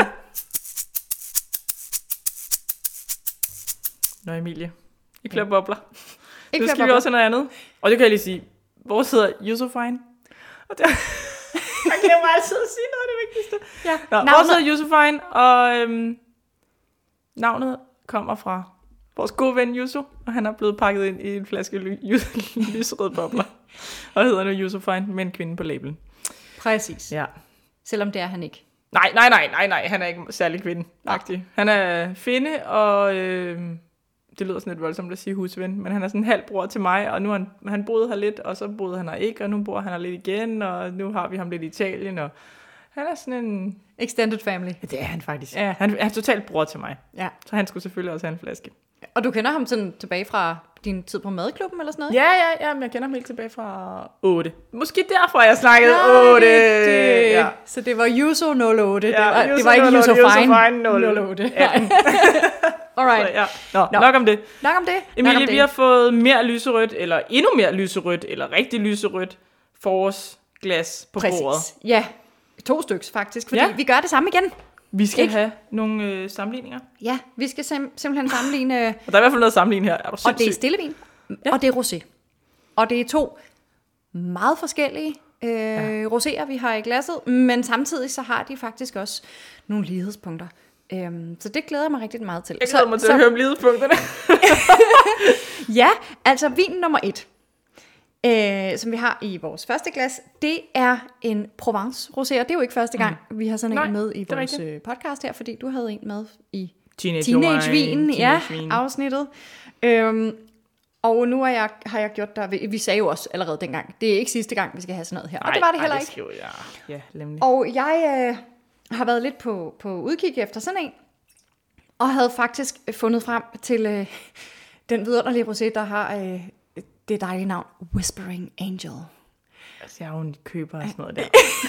Nå, Emilie. I klør bobler. Nu skal vi også have noget andet. Og det kan jeg lige sige. Vores hedder Yusufine. Og det jeg glemmer altid at sige noget af det vigtigste. Ja. Vores hedder Yusufine, og navnet kommer fra vores gode ven Yusu, og han er blevet pakket ind i en flaske lyserøde bobler. Og hedder nu Yusufine med en kvinde på labelen. Præcis. Ja. Selvom det er han ikke. Nej, han er ikke særlig kvinde-agtig. Han er finde, og det lyder sådan lidt voldsomt at sige husven, men han er sådan en halv bror til mig, og nu han boede her lidt, og så boede han her ikke, og nu bor han her lidt igen, og nu har vi ham lidt i Italien, og han er sådan en... Extended family. Ja, det er han faktisk. Ja, han er totalt bror til mig. Ja. Så han skulle selvfølgelig også have en flaske. Og du kender ham sådan tilbage fra din tid på madklubben eller sådan noget? Ja, men jeg kender ham helt tilbage fra 8. Måske derfor, jeg snakkede 8. Ja. Så det var Yuso 08. Ja, det var ikke Yuso Fine 08. Ja. Alright. Ja. Nok om det. Nok om det. Emilie, vi har fået mere lyserødt, eller endnu mere lyserødt, eller rigtig lyserødt forårsglas på bordet. Ja, 2 stykker faktisk, fordi vi gør det samme igen. Vi skal have nogle sammenligninger. Ja, vi skal simpelthen sammenligne... Og der er i hvert fald noget at sammenligne her. Og det er stillevin, og det er rosé. Og det er 2 meget forskellige roséer, vi har i glasset, men samtidig så har de faktisk også nogle lighedspunkter. Så det glæder jeg mig rigtig meget til. Jeg glæder mig til at høre om lighedspunkterne. Ja, altså vin nummer 1. Som vi har i vores første glas, det er en Provence rosé, og det er jo ikke første gang, vi har sådan en med i vores podcast her, fordi du havde en med i Teenage-vinen, afsnittet. Og nu har jeg gjort der, vi sagde jo også allerede dengang, det er ikke sidste gang, vi skal have sådan noget her, og det var det heller ikke. Ja, nemlig. Og jeg har været lidt på udkig efter sådan en, og havde faktisk fundet frem til den vidunderlige rosé, der har... det dejlige navn, Whispering Angel. Altså, jeg er jo en køber af sådan noget der.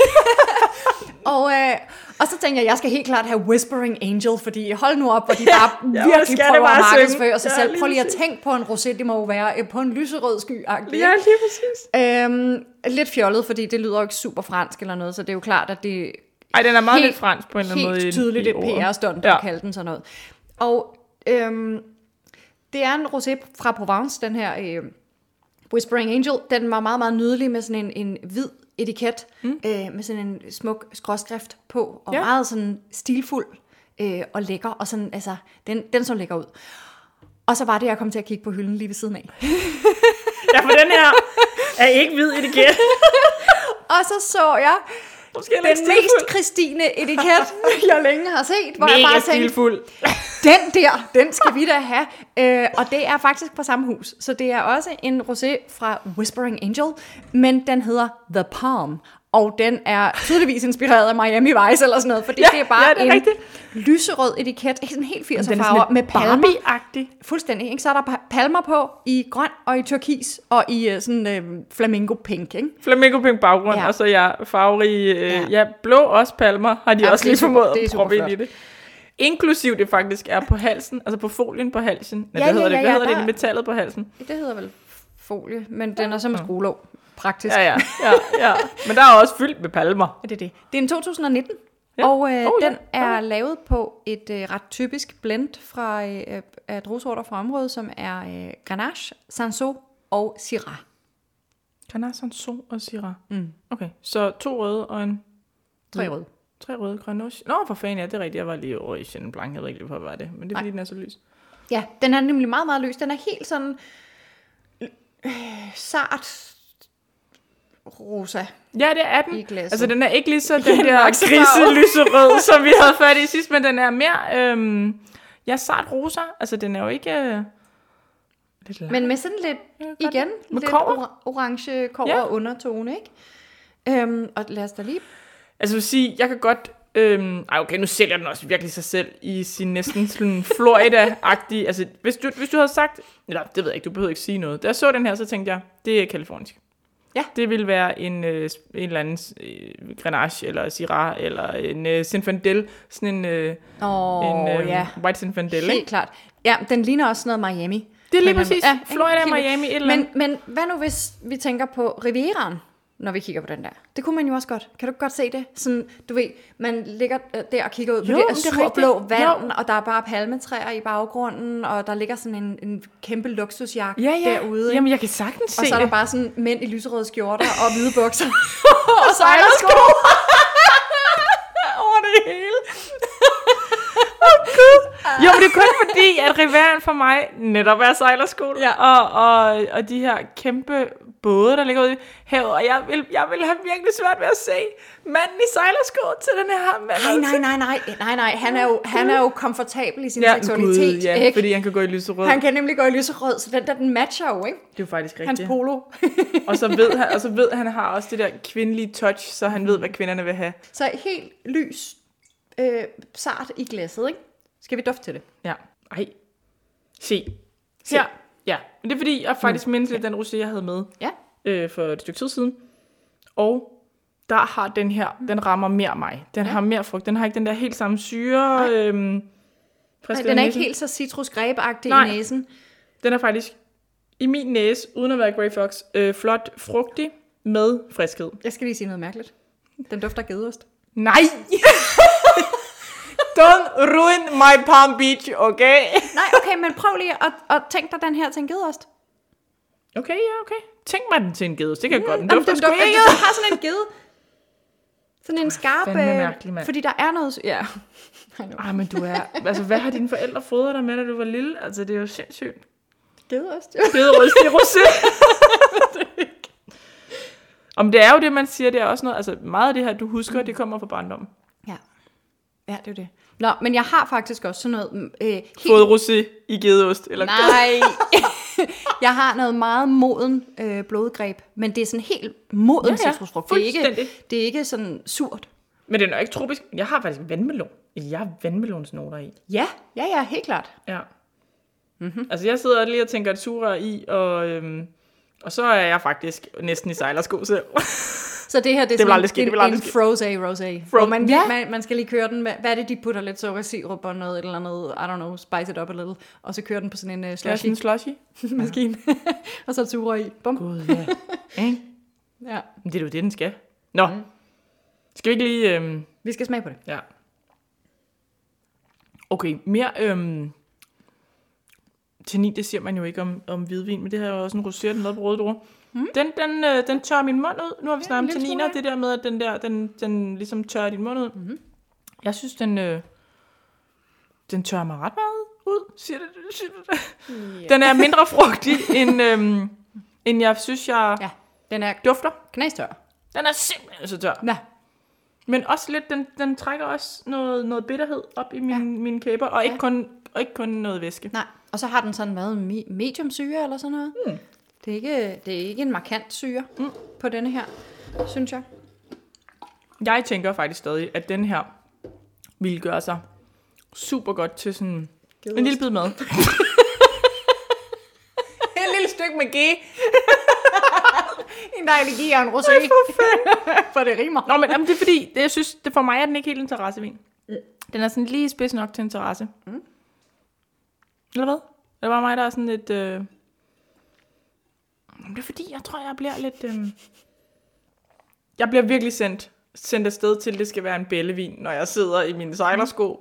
og så tænker jeg skal helt klart have Whispering Angel, fordi hold nu op, hvor de bare virkelig prøver at markedsføre sig selv. Prøv lige at tænke på en rosé, det må jo være på en lyserød sky. Ja, lige præcis. Lidt fjollet, fordi det lyder jo ikke super fransk eller noget, så det er jo klart, at det ej, den er meget lidt fransk på en eller anden måde. Helt tydeligt et PR-stunt, at kalde den sådan noget. Og det er en rosé fra Provence, den her... Whispering Angel, den var meget, meget nydelig med sådan en hvid etiket, med sådan en smuk skråskrift på, og meget sådan stilfuld og lækker, og sådan, altså, den så lækker ud. Og så var det, jeg kom til at kigge på hylden lige ved siden af. Ja, for den her er ikke hvid etiket. Og så jeg den mest Christine etiket, jeg længe har set, hvor jeg bare tænkte, den skal vi da have. Og det er faktisk på samme hus. Så det er også en rosé fra Whispering Angel, men den hedder The Palm. Og den er tydeligvis inspireret af Miami Vice eller sådan noget, fordi det er bare en lyserød etiket, ikke sådan helt 80'er farver, med palmer. Fuldstændig, ikke? Så er der palmer på i grøn og i turkis og i sådan flamingo pink, ikke? Flamingo pink baggrund, og så farverige, blå også palmer, har de også lige formået at proppe ind i det. Inklusiv det faktisk er på halsen, altså på folien på halsen. Hvad hedder det? Metallet på halsen. Det hedder vel folie, men den er så med skruelåg. Praktisk. Ja. Men der er også fyldt med palmer. Det er en 2019, og den er lavet på et ret typisk blend fra af druesorter fra området, som er Grenache, Cinsault og Syrah. Grenache, Cinsault og Syrah. Okay, så 2 røde og en... 3 røde. 3 røde Grenache. Nå, for fanden, det er rigtigt. Jeg var lige over i Chenin Blanc, jeg ved ikke lige, hvor var det. Men det er fordi, den er så lys. Ja, den er nemlig meget, meget lys. Den er helt sådan sart rosa. Ja, det er den. Altså, den er ikke lige så den der griselyserød, som vi havde fat i sidst, men den er mere... Ja, sart rosa. Altså, den er jo ikke... Men med sådan lidt, igen, med lidt orange kobber undertone, ikke? Og lad os da lige... Altså, jeg vil sige, jeg kan godt... okay, nu sælger den også virkelig sig selv i sin næsten sådan Florida-agtige... Altså, hvis du havde sagt... Eller, det ved jeg ikke, du behøver ikke sige noget. Da jeg så den her, så tænkte jeg, det er kalifornisk. Ja. Det vil være en eller anden Grenache, eller Syrah, eller en Zinfandel. Sådan en White Zinfandel, ikke? Helt klart. Ja, den ligner også noget Miami. Det er lige præcis. Ja, Florida, Miami, et eller andet. Men hvad nu, hvis vi tænker på Rivieraen, når vi kigger på den der? Det kunne man jo også godt. Kan du godt se det? Sådan, du ved, man ligger der og kigger ud på det surblå vand, og der er bare palmetræer i baggrunden, og der ligger sådan en kæmpe luksusjagt derude. Jamen, jeg kan sagtens se det. Og så er der bare sådan mænd i lyserøde skjorter og hvide bukser. og sejlersko. Over det hele. Jo, men det er kun fordi, at Rivieraen for mig netop er sejlersko, og de her kæmpe både, der ligger ude i havet, og jeg vil have virkelig svært ved at se manden i sejlersko til den her mand. Nej, han er jo komfortabel i sin seksualitet. Gud, ikke? Fordi han kan gå i lyserød. Han kan nemlig gå i lyserød, så den matcher jo, ikke? Det er jo faktisk rigtigt. Hans polo. og så ved han har også det der kvindelige touch, så han ved, hvad kvinderne vil have. Så helt lys, sart i glasset, ikke? Skal vi dufte til det? Ja. Ej. Se. Her. Ja. Men det er fordi, jeg faktisk mindes lidt den rosé, jeg havde med for et stykke tid siden. Og der har den her, den rammer mere mig. Den har mere frugt. Den har ikke den der helt samme syre. Nej, den er ikke helt så citrusgrebagtig i næsen. Den er faktisk i min næse, uden at være Grey Fox, flot frugtig med friskhed. Jeg skal lige sige noget mærkeligt. Den dufter gedeost. Nej! Don't ruin my Palm Beach, okay? Nej, okay, men prøv lige at tænke dig den her til en gedeost. Okay. Tænk mig den til en gedeost, det kan godt. Den dufter sgu ikke. Den har sådan en gede. Sådan en skarp... mærkelig, mand. Fordi der er noget... Ja. Men du er... Altså, hvad har dine forældre fodret dig med, da du var lille? Altså, det er jo sindssygt. Gedeost. Gedeost i rosé. Om det er jo det, man siger, det er også noget... Altså, meget af det her, du husker, det kommer fra barndommen. Ja, det er det. Nå, men jeg har faktisk også sådan noget... Fået rosé i gedeost? Eller nej! Jeg har noget meget moden blodgreb, men det er sådan helt moden citrusfrugt. Det er ikke sådan surt. Men det er ikke tropisk. Jeg har faktisk vandmelon. Jeg har vandmelonsnoter i. Ja, helt klart. Ja. Mm-hmm. Altså, jeg sidder lige og tænker et sugerør i, og så er jeg faktisk næsten i sejlersko selv. Så det her, det er sådan en rosé. Man skal lige køre den med, hvad er det, de putter lidt sukkersirup og noget, et eller andet, I don't know, spice it up a little, og så kører den på sådan en slushy-maskine, og så suger i, bum. Gud, ja. Ja. Men det er jo det, den skal. Nå, skal vi ikke lige... Vi skal smage på det. Ja. Okay, mere... Tannin, det siger man jo ikke om hvidvin, men det her er jo også en rosé, den lavet på røde druer. Den tørrer min mund ud. Nu har vi snakket om tanniner, det der med, at den ligesom tørrer din mund ud. Mm-hmm. Jeg synes, den tørrer mig ret meget ud, siger det. Yeah. Den er mindre frugtig, end jeg synes, den er dufter. Knastør. Den er simpelthen så tør. Ja. Men også lidt, den trækker også noget bitterhed op i mine kæber, og ikke kun noget væske. Nej, og så har den sådan været medium syre eller sådan noget. Det er ikke en markant syre på denne her, synes jeg. Jeg tænker faktisk stadig, at den her ville gøre sig super godt til sådan en lille bid mad. En lille stykke med ge. En dejlig ge og en rosé. For det rimer. Nå, men det er fordi, jeg synes, det for mig er den ikke helt en terrassevin. Den er sådan lige spids nok til en terrasse. Eller hvad? Det var mig, der er sådan lidt... Det er fordi, jeg tror, jeg bliver lidt... Jeg bliver virkelig sendt afsted til, det skal være en bællevin, når jeg sidder i mine sejlersko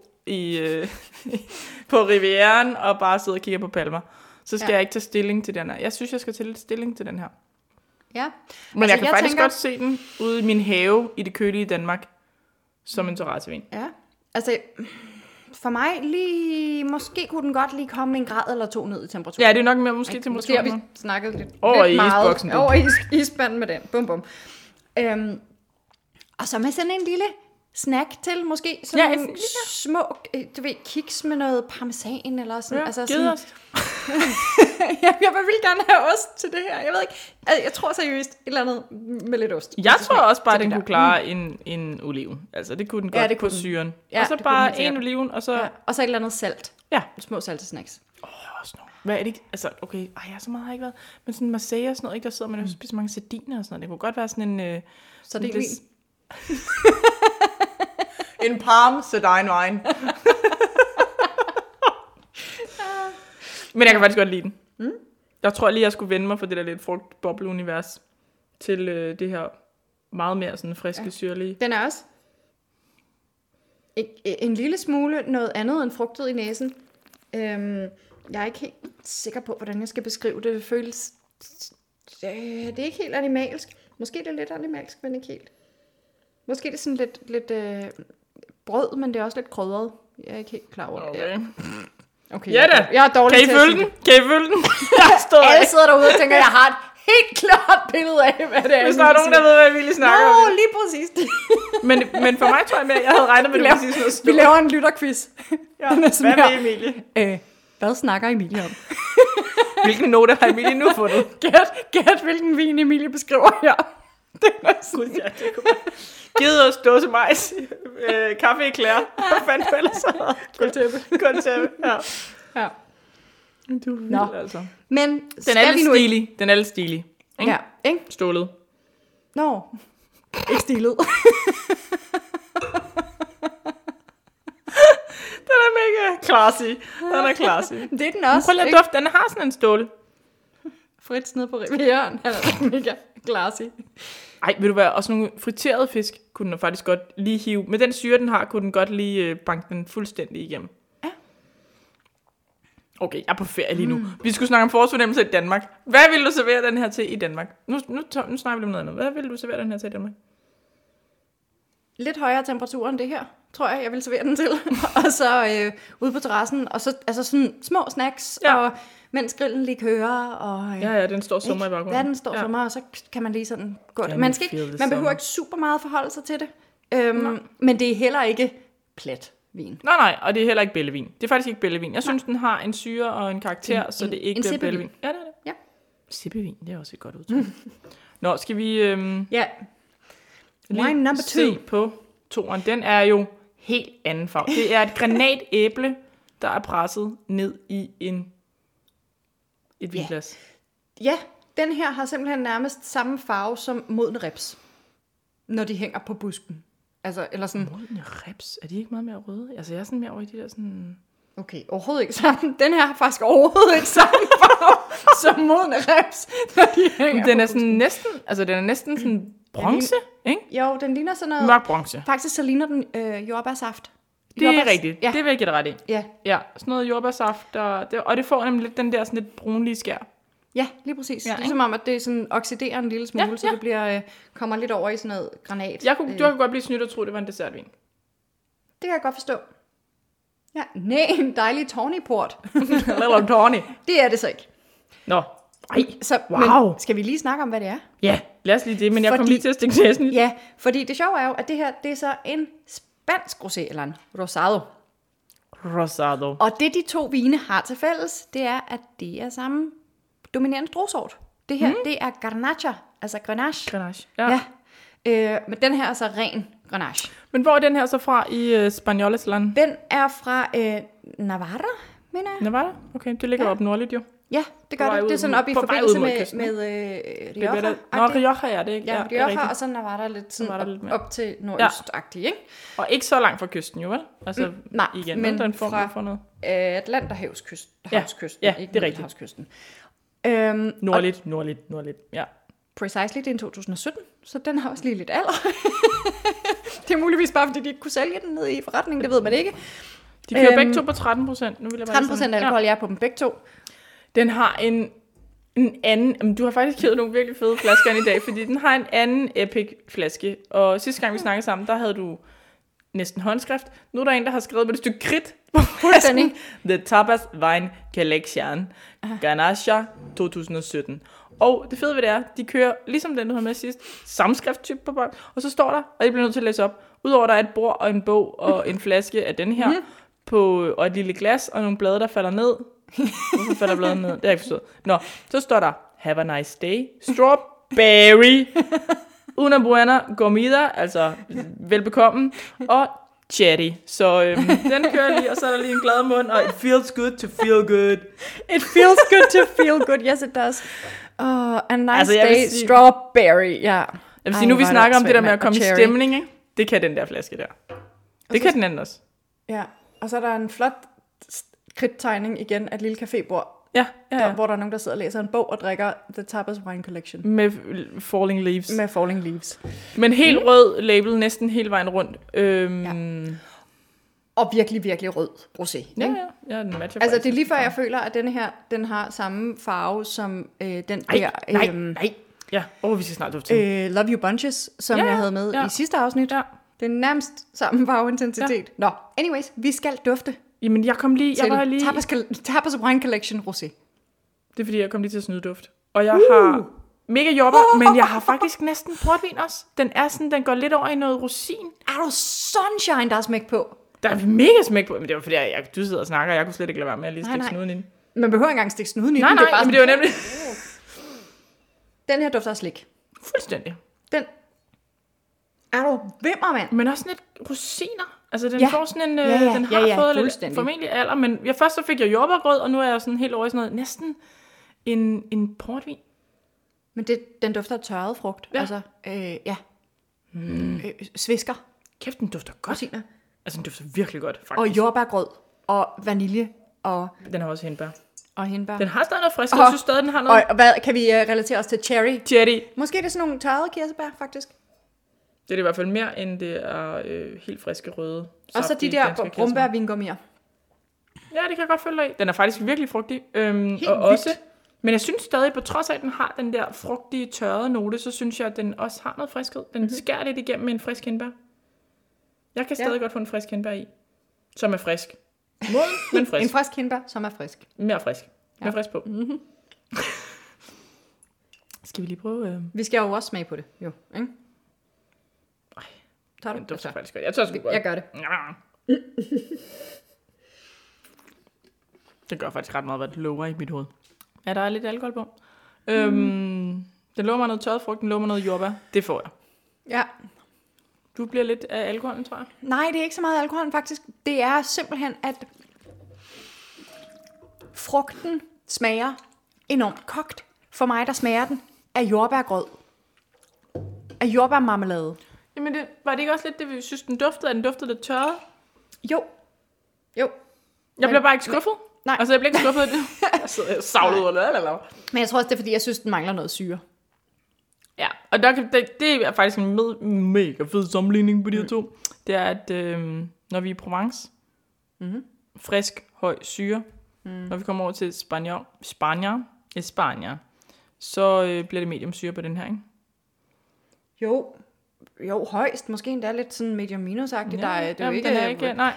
på Rivieraen og bare sidder og kigger på palmer. Så skal jeg ikke tage stilling til den her. Jeg synes, jeg skal tage lidt stilling til den her. Ja. Men altså, jeg kan godt se den ude i min have i det kølige Danmark som en terrassevin. Ja. Altså... For mig måske kunne den godt lige komme en grad eller to ned i temperatur. Ja, det er nok mere måske temperaturen. Måske har vi snakket lidt over i meget isboksen. Over isspanden med den. Bum, bum. Og så med sådan en lille snack til, måske. Sådan Ja, nogle små, du ved, kiks med noget parmesan, eller sådan. Ja, altså gedeost. jeg vil gerne have ost til det her. Jeg ved ikke. Altså, jeg tror seriøst, et eller andet med lidt ost. Jeg tror også bare, den kunne klare en oliven. Altså, det kunne den godt det på kunne den. syren. Ja, og så det bare kunne den en oliven, og så... Ja. Og så et eller andet salt. Ja. Små salte snacks. Hvad er det ikke? Altså, okay, så meget har jeg ikke været. Men sådan Marseille og sådan noget, ikke? Der sidder man jo og spiser mange sardiner og sådan noget. Det kunne godt være sådan en... Så det er en parm sardine-wine. Men jeg kan faktisk godt lide den. Jeg tror lige, jeg skulle vende mig fra det der lidt frugtboble-univers til det her meget mere sådan friske, syrlige. Den er også en lille smule noget andet end frugtet i næsen. Jeg er ikke helt sikker på, hvordan jeg skal beskrive det. Det føles... det er ikke helt animalsk. Måske det er lidt animalsk, men ikke helt. Måske det er sådan lidt brød, men det er også lidt krydret. Jeg er ikke helt klar over det. Okay, ja da. Jeg er dårlig til at sige det. Kan I følge den? Alle sidder derude og tænker, jeg har et helt klart billede af, hvad det er. Hvis der er nogen, der ved, hvad Emilie snakker om. Lige præcis. men for mig tror jeg mere, jeg havde regnet med, at det var vi laver en lytterquiz. Ja, hvad med Emilie? Hvad snakker Emilie om? Hvilken note har Emilie nu fundet? Gæt hvilken vin Emilie beskriver her. Det er Gud, ja, det kunne være. Givet os dåse majs, kaffe i klæder. Hvad fanden du ellers havde? Guldtæppe. Ja. Du er vild, altså. Men den er lidt stilig. Den er lidt stilig. Ikke? Ja, ikke? Stålet. Nå. Ikke stilet. Den er mega classy. Det er den også. Prøv lige at dufte. Den har sådan en stål. Fritz nede på Rivieren. Han er mega classy. Ej, vil du være også nogle friterede fisk, kunne den faktisk godt lige hive. Med den syre, den har, kunne den godt lige banke den fuldstændig igennem. Ja. Okay, jeg er på ferie lige nu. Vi skulle snakke om forårsfornemmelse i Danmark. Hvad vil du servere den her til i Danmark? Nu snakker vi om noget andet. Hvad vil du servere den her til i Danmark? Lidt højere temperatur end det her, tror jeg vil servere den til. Og så ude på terrassen, og så altså sådan små snacks, og mens grillen lige kører. Og, ja, den står sommer i baggrunden. Ja, den står sommer, og så kan man lige sådan gå. Man behøver ikke super meget forholde sig til det. Men det er heller ikke plat vin. Nej, og det er heller ikke bællevin. Det er faktisk ikke bællevin. Jeg synes, den har en syre og en karakter, så det ikke bliver bællevin. Ja, det er det. Ja. Sippevin, det er også et godt udtryk. Nå, skal vi wine number 2. Se på toeren. Den er jo helt anden farve. Det er et granatæble, der er presset ned i et vinglas. Ja, den her har simpelthen nærmest samme farve som modne reps, når de hænger på busken. Altså, eller sådan... Modne reps? Er de ikke meget mere røde? Altså, jeg er sådan mere over i de der sådan... Okay, overhovedet ikke sammen. Den her har faktisk overhovedet ikke samme farve som modne reps, når de hænger den er sådan næsten... Altså, den er næsten sådan bronze, ikke? Jo, den ligner sådan noget... Mørk bronze. Faktisk så ligner den jordbærsaft. Det er rigtigt. Ja. Det vil jeg give dig ret i. Ja. Ja, sådan noget jordbærsaft, og det får nemlig lidt den der sådan lidt brunlige skær. Ja, lige præcis. Ja, ligesom om, at det sådan oxiderer en lille smule, så det bliver, kommer lidt over i sådan noget granat. Du kan godt blive snydt og tro, det var en dessertvin. Det kan jeg godt forstå. Ja, nej, en dejlig tawny port. Eller tawny. Det er det så ikke. Nå, ej, så, wow. Men skal vi lige snakke om, hvad det er? Ja, lad os lige det, men jeg kom lige til at stikke næsen. Ja, fordi det sjove er jo, at det her, det er så en spansk rosé, eller en rosado. Rosado. Og det de to vine har til fælles, det er, at det er samme dominerende druesort. Det her, det er Garnacha, altså Grenache. Grenache, ja. Men den her er så ren Grenache. Men hvor er den her så fra i Spanioles land? Den er fra Navarra, mener jeg. Navarra? Okay, det ligger op nordligt jo. Ja, det gør det. Det er sådan op i forbindelse med Rioja. Nå, Rioja er det, ikke? Ja, Rioja, og så Navarra lidt sådan op til nordøst-agtigt, ikke? Og ikke så langt fra kysten, jo vel? Altså, nej, igen, men den form fra noget. Atlanterhavskysten. Ja, ikke det er rigtigt. Havskysten. Nordligt, ja. Precisely, det er en 2017, så den har også lige lidt alder. Det er muligvis bare, fordi de ikke kunne sælge den ned i forretningen, det ved man ikke. De kører begge to på 13%. Nu vil jeg bare 13% alkohol, jeg er på dem begge to. Den har en anden... Du har faktisk købt nogle virkelig fede flasker i dag, fordi den har en anden epic flaske. Og sidste gang vi snakkede sammen, der havde du næsten håndskrift. Nu er der en, der har skrevet med et stykke kridt på flasken. The Tapas Wine Collection. Garnacha 2017. Og det fede ved det er, de kører, ligesom den du havde med sidst, samme skrifttype på bånd. Og så står der, og jeg bliver nødt til at læse op, udover der er et bord og en bog og en flaske af den her, og et lille glas og nogle blade, der falder ned. Hvorfor falder bladet ned? Det har jeg ikke forstået. Nå, så står der, have a nice day, strawberry, una buena comida, altså velbekomme, og cherry. Så den kører lige, og så er der lige en glad mund, og it feels good to feel good. It feels good to feel good, yes it does. A nice Altså, day, strawberry, ja. Jeg vil sige, nu vi snakker om det der med at komme i stemning, ikke? Det kan den der flaske der. Det kan den anden også. Ja, og så er der en flot kridttegning igen af et lille cafébord. Ja. Hvor der er nogen, der sidder og læser en bog og drikker The Tapas Wine Collection. Med falling leaves. Med falling leaves. Men helt rød label, næsten hele vejen rundt. Og virkelig, virkelig rød rosé. Ja, den matcher. Altså, det er lige før, jeg føler, at denne her, den har samme farve som den der... Nej. Ja, vi skal snart dufte. Love You Bunches, som jeg havde med i sidste afsnit. Ja. Det er nærmest samme farveintensitet. Ja. Nå, anyways, vi skal dufte. Jamen, jeg var lige... Tapas Wine Collection Rosé. Det er fordi, jeg kom lige til at snyde duft. Og jeg har mega jordbær, men jeg har faktisk næsten portvin også. Den er sådan, den går lidt over i noget rosin. Er du sunshine, der er smæk på? Der er mega smæk på, men det var fordi, du sidder og snakker, og jeg kunne slet ikke lade være med at lige stikke snuden ind. Man behøver ikke engang stikke snuden ind. Nej, men det var nemlig... Den her dufter af slik. Fuldstændig. Den er du vimmer, mand. Men også sådan lidt rosiner. Altså, den får sådan en... Den har fået lidt formentlig alder, men først så fik jeg jordbærgrød, og nu er jeg sådan helt over i sådan noget, næsten en portvin. Men den dufter af tørret frugt. Ja. Altså, svisker. Kæft, den dufter godt. Rosiner. Altså, den dufter virkelig godt, faktisk. Og jordbærgrød, og vanilje, og... Den har også hindbær. Og hindbær. Den har stadig noget frisk, jeg synes stadig, den har noget... Og hvad kan vi relatere os til cherry? Cherry. Måske er det sådan nogle tørrede kirsebær, faktisk. Det er i hvert fald mere, end det er helt friske røde. Og så de der brumbær-vingummier. Ja, det kan jeg godt følge af. Den er faktisk virkelig frugtig. Helt og også, men jeg synes stadig, på trods af, at den har den der frugtige, tørrede note, så synes jeg, at den også har noget friskhed. Den skærer lidt igennem med en frisk hindbær. Jeg kan stadig godt få en frisk hindbær i, som er frisk. Moden, men frisk. En frisk hindbær, som er frisk. Mere frisk. Mere frisk på. Mm-hmm. Skal vi lige prøve? Vi skal jo også smage på det, jo. Ikke? Tager du? Det faktisk godt. Jeg tager sgu godt. Jeg gør det. Det gør faktisk ret meget, hvad det lover i mit hoved. Ja, der er lidt alkohol på. Den lover mig noget tørret frugt, den lover mig noget jordbær. Det får jeg. Ja. Du bliver lidt af alkoholen, tror jeg. Nej, det er ikke så meget alkoholen faktisk. Det er simpelthen, at frugten smager enormt kogt. For mig, der smager den af jordbærgrød. Af jordbærmarmelade. Jamen, var det ikke også lidt det, vi synes, den duftede? At den duftede lidt tørret? Jo. Jeg bliver bare ikke skuffet. Nej. Altså, jeg bliver ikke skuffet af det. Jeg sidder savlet ud eller. Men jeg tror også, det er, fordi jeg synes, den mangler noget syre. Ja, og det er faktisk en mega fed sammenligning på de her to. Det er, at når vi er i Provence, frisk, høj syre, når vi kommer over til Spania, så bliver det medium syre på den her, ikke? Jo, højst. Måske endda lidt sådan medium minus-agtigt. Ja, det er jo ikke, nej.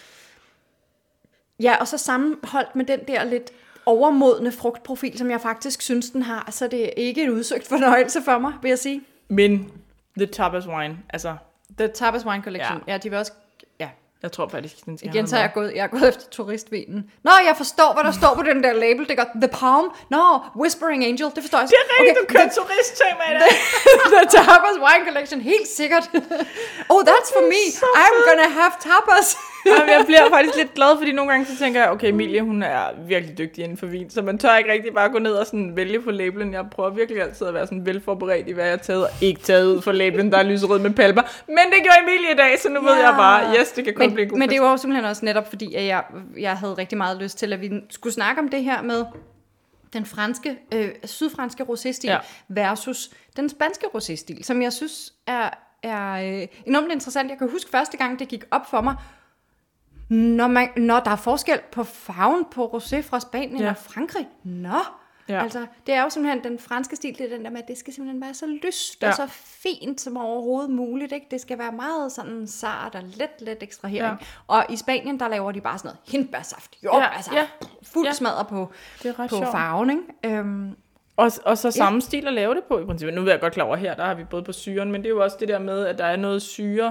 Ja, og så sammenholdt med den der lidt overmodne frugtprofil, som jeg faktisk synes, den har, så det er ikke en udsøgt fornøjelse for mig, vil jeg sige. Men The Tapas Wine, altså... The Tapas Wine Collection, ja de vil også... Ja. Jeg tror faktisk, den skal igen, så jeg er gået efter turistvinen. Nå, jeg forstår, hvad der står på den der label. Det gør The Palm. Nå, Whispering Angel, det forstår jeg. Det er rigtigt, du kører turisttema i dag. The Tapas Wine Collection, helt sikkert. Oh, that's for me. I'm gonna have tapas. Jeg bliver faktisk lidt glad, fordi nogle gange så tænker jeg, okay, Emilie, hun er virkelig dygtig inden for vin, så man tør ikke rigtig bare gå ned og sådan vælge på labelen. Jeg prøver virkelig altid at være sådan velforberedt i, hvad jeg har taget, og ikke taget ud for labelen, der er lyserød med palmer. Men det gjorde Emilie i dag, så nu ved jeg bare, yes, det kan kun blive en god. Men det var jo simpelthen også netop, fordi at jeg havde rigtig meget lyst til, at vi skulle snakke om det her med den franske, sydfranske rosé-stil versus den spanske rosé-stil, som jeg synes er enormt interessant. Jeg kan huske første gang, det gik op for mig, når der er forskel på farven på rosé fra Spanien og Frankrig. Altså, det er jo simpelthen den franske stil, det er den der med, at det skal simpelthen være så lyst og så fint som overhovedet muligt, ikke? Det skal være meget sådan sart og let ekstrahering. Ja. Og i Spanien, der laver de bare sådan noget hindbærsaft, fuld smadret på farven, ikke? Og så samme stil at lave det på i princippet. Nu ved jeg godt klar over her, der har vi både på syren, men det er jo også det der med, at der er noget syre,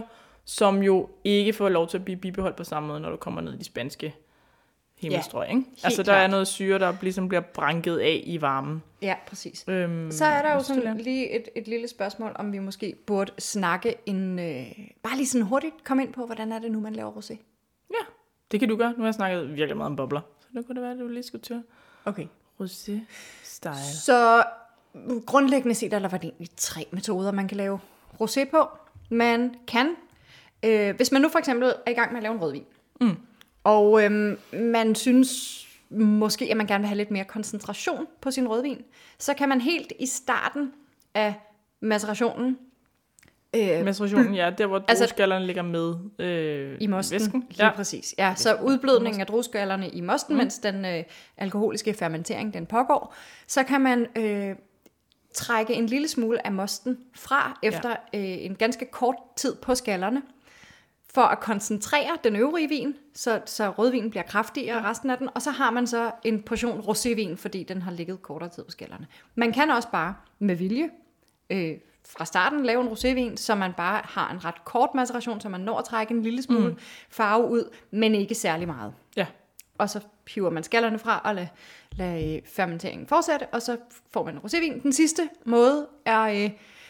som jo ikke får lov til at blive bibeholdt på samme måde, når du kommer ned i de spanske himmelstrøg, ikke? Altså, der er noget syre, der ligesom bliver branket af i varmen. Ja, præcis. Så er der jo sådan lige et lille spørgsmål, om vi måske burde snakke bare lige sådan hurtigt komme ind på, hvordan er det nu, man laver rosé? Ja, det kan du gøre. Nu har jeg snakket virkelig meget om bobler. Så det kunne det være, at du lige skulle til. Okay. Rosé-style. Så grundlæggende set, der var det egentlig 3 metoder, man kan lave rosé på. Man kan, hvis man nu for eksempel er i gang med at lave en rødvin, og man synes måske, at man gerne vil have lidt mere koncentration på sin rødvin, så kan man helt i starten af macerationen, macerationen, ja, der hvor drueskallerne ligger med i mosten, væsken. Lige præcis. Ja, så udblødningen af drueskallerne i mosten, mens den alkoholiske fermentering den pågår, så kan man trække en lille smule af mosten fra efter en ganske kort tid på skallerne, for at koncentrere den øvrige vin, så rødvinen bliver kraftigere resten af den, og så har man så en portion rosévin, fordi den har ligget kortere tid på skallerne. Man kan også bare med vilje fra starten lave en rosévin, så man bare har en ret kort maceration, så man når at trække en lille smule farve ud, men ikke særlig meget. Ja. Og så hiver man skallerne fra og lader fermenteringen fortsætte, og så får man en rosévin. Den sidste måde er,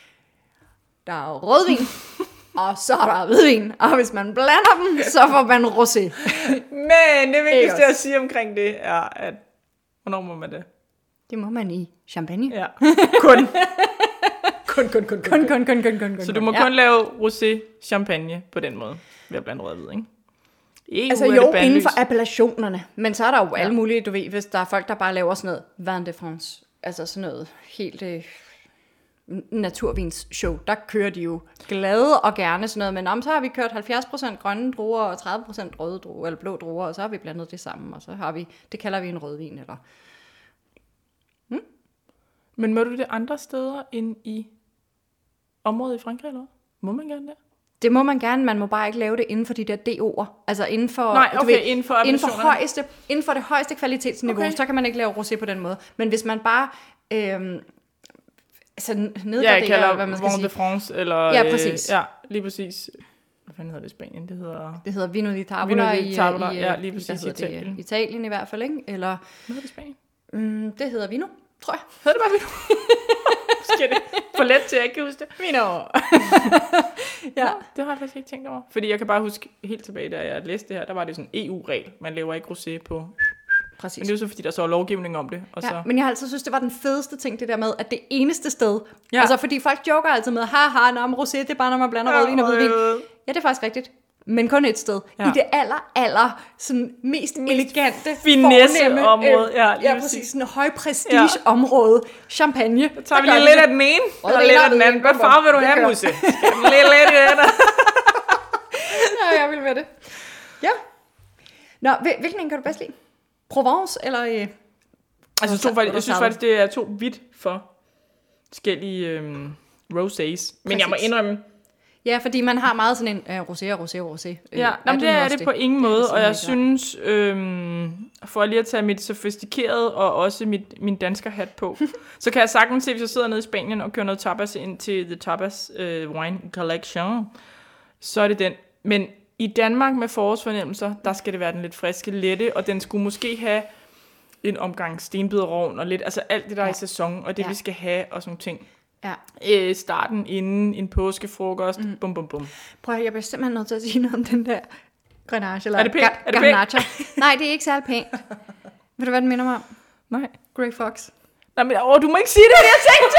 der er rødvin, og så er der hvidvin, og hvis man blander dem, så får man rosé. Men det vigtigste at sige omkring det er, at hvornår må man det? Det må man i champagne. Ja, kun. Kun. Så du må kun lave rosé champagne på den måde, ved at blande rød og hvid, ikke? Altså jo, inden for appellationerne, men så er der jo alle mulige, du ved, hvis der er folk, der bare laver sådan noget vin de France, altså sådan noget helt naturvinsshow, der kører de jo glade og gerne sådan noget, men så har vi kørt 70% grønne druer og 30% røde druer, eller blå druer, og så har vi blandet det sammen, og så har vi, det kalder vi en rødvin, eller... Men må du det andre steder end i området i Frankrig, eller må man gerne det? Det må man gerne, man må bare ikke lave det inden for de der DO'er. Altså inden for, inden for det højeste kvalitetsniveau, så kan man ikke lave rosé på den måde. Men hvis man bare nedgraderer, hvad man skal sige. De France, eller... Ja, præcis. Ja, lige præcis. Hvad fanden hedder det i Spanien? Det hedder Vino di Tavola ja, lige præcis i Italien. Italien i hvert fald, ikke? Eller... Hvad hedder det i Spanien? Det hedder Vino, tror jeg. Hedder det bare Vino? Skal det for let til, at jeg ikke kan huske det? Vino. Ja, det har jeg faktisk ikke tænkt over. Fordi jeg kan bare huske helt tilbage, da jeg læste det her, der var det sådan en EU-regel. Man laver ikke rosé på... Præcis. Men det er jo så, fordi der så er lovgivning om det. Og så... men jeg har altid synes, det var den fedeste ting, det der med, at det eneste sted... Ja. Altså, fordi folk joker altid med, rosé, det er bare, når man blander rødvin og hvidvin. Ja, det er faktisk rigtigt. Men kun et sted. Ja. I det aller sådan mest elegante, finesse område. Ja, præcis. Sådan høj prestige område. Champagne. Så tager vi lige lidt af den ene, og lidt af den anden. Hvad farve vil du have, Musse? Skal den lidt i det der? Ja, jeg vil med det. Ja. Nå, hvilken en kan du bedst lide? Provence, eller... Altså, jeg synes faktisk, det er 2 vidt for forskellige rosés. Men jeg må indrømme... Ja, fordi man har meget sådan en rosé. Ja, det er det på ingen måde, og jeg synes, for lige at tage mit sofistikerede og også min danskerhat på, så kan jeg sagtens se, hvis jeg sidder nede i Spanien og kører noget tapas ind til The Tapas Wine Collection, så er det den. Men i Danmark med forårsfornemmelser, der skal det være den lidt friske, lette, og den skulle måske have en omgang stenbiderrovn og lidt, altså alt det der er i sæson, og det vi skal have og sådan ting. Ja. Starten inden en påskefrokost. Bum. Prøv at jeg bliver simpelthen nødt til at sige noget om den der Grenache. Eller er det pænt? Nej, det er ikke særlig pænt. Ved du, hvad den minder mig om? Nej. Grey Fox. Nej, men du må ikke sige det, jeg tænkte.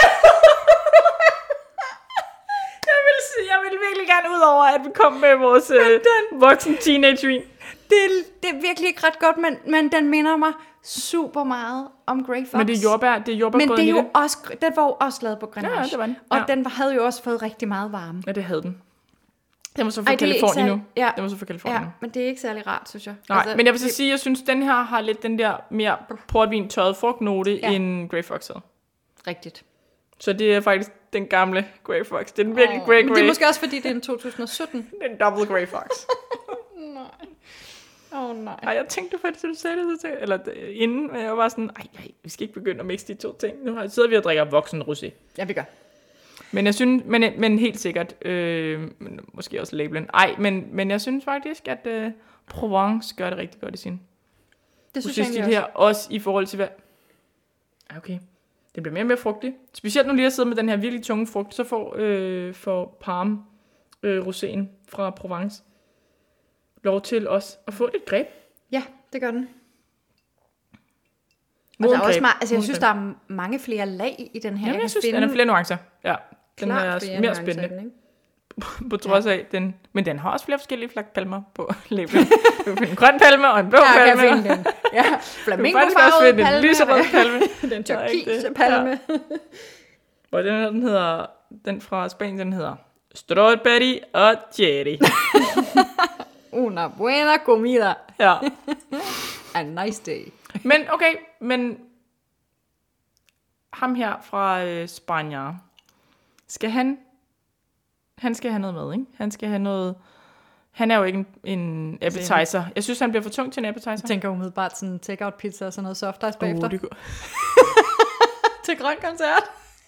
jeg vil virkelig gerne ud over, at vi kom med vores voksen teenage-vin. Det er virkelig ikke ret godt, men den minder mig super meget om Grey Fox. Men det er jordbær, men det er jo også, den var jo også lavet på Grenache. Ja, det var den. Og den havde jo også fået rigtig meget varme. Ja, det havde den. Den var så fra Californien nu. Ja. Den var så fra Californien nu. Men det er ikke særlig rart, synes jeg. Nej, altså, men jeg vil så sige, jeg synes, den her har lidt den der mere portvin tørret frugtnote end Grey Fox havde. Rigtigt. Så det er faktisk den gamle Grey Fox. Det er den virkelig Grey. Men det er måske også, fordi det er en 2017. Det er en double Grey Fox. Nej. Nej. Ej, jeg tænkte faktisk, at du sagde det, eller inden, men jeg var sådan, nej, vi skal ikke begynde at mixe de 2 ting. Nu sidder vi og drikker voksen rosé. Ja, vi gør. Men jeg synes, men helt sikkert, måske også labelen. Men jeg synes faktisk, at Provence gør det rigtig godt i sin. Det synes jeg egentlig her, også i forhold til hvad... Okay, det bliver mere og mere frugtigt. Specielt nu lige at sidde med den her virkelig tunge frugt, så får Parme roséen fra Provence lov til også at få lidt greb. Ja, det gør den. Og der er også jeg synes, der er mange flere lag i den her. Jamen, jeg synes, den er flere nuancer. Ja, den er mere spændende. På trods af den. Men den har også flere forskellige flakpalmer på labelen. Du kan finde en grøn palme og en blå palme. Jeg kan finde den. Ja, flamingofarvet palme. Den lyserøde palme. Den turkise palme. Og den hedder, den fra Spanien, den hedder strawberry og cherry. Una buena comida. Ja. A nice day. Men ham her fra Spanien, skal han skal have noget med, ikke? Han skal have noget... Han er jo ikke en appetizer. Jeg synes, han bliver for tung til en appetizer. Jeg tænker umiddelbart sådan take-out pizza og sådan noget soft ice bagefter. Det går. Til grøn koncert.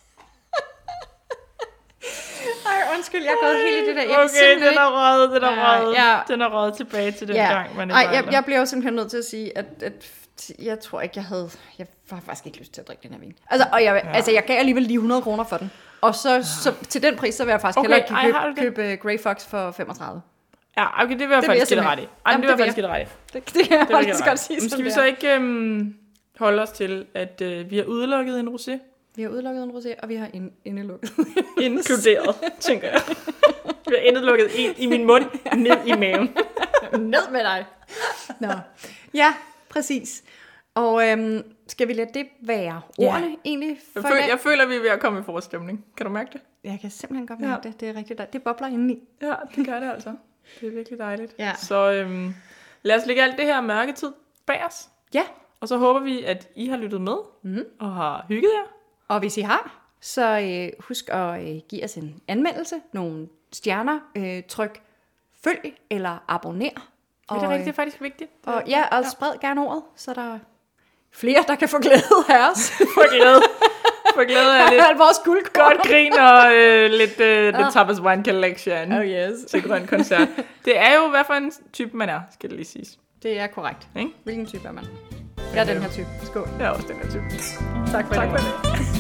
Ej, undskyld, jeg er gået helt i det der. Jeg den er røget tilbage til den gang, man jeg bliver jo simpelthen nødt til at sige, at jeg tror ikke, jeg har faktisk ikke lyst til at drikke den her vin. Altså, jeg gav alligevel lige 100 kroner for den. Og så til den pris, så vil jeg faktisk hellere købe Grey Fox for 35. Ja, okay, det vil jeg faktisk give dig ret i. Det vil jeg faktisk give dig ret i. Det kan jeg faktisk godt sige. Skal vi så ikke holde os til, at vi har udelukket en rosé? Vi har udelukket en rosé, og vi har indelukket. Inkluderet, tænker jeg. Vi har indelukket en i min mund, ned i maven. Ned med dig. Nå. Ja, præcis. Og skal vi lade det være ordene egentlig for jeg føler, vi er ved at komme i forestemning. Kan du mærke det? Jeg kan simpelthen godt mærke det. Det er rigtigt. Det bobler indeni. Ja, det gør det altså. Det er virkelig dejligt. Ja. Så lad os lægge alt det her mørketid bag os. Ja. Og så håber vi, at I har lyttet med og har hygget jer. Og hvis I har, så husk at give os en anmeldelse, nogle stjerner, tryk følg eller abonner. Det er rigtigt, det er faktisk vigtigt. Og spred gerne ordet, så der er flere, der kan få glæde af os. Få glæde af lidt vores guldkort. Godt grin og lidt The Tapas Wine Collection til grøn koncert. Det er jo, hvad for en type man er, skal det lige siges. Det er korrekt. Ikke? Hvilken type er man? Jeg er den her type. Skål. Jeg er også den her type. Tak for det.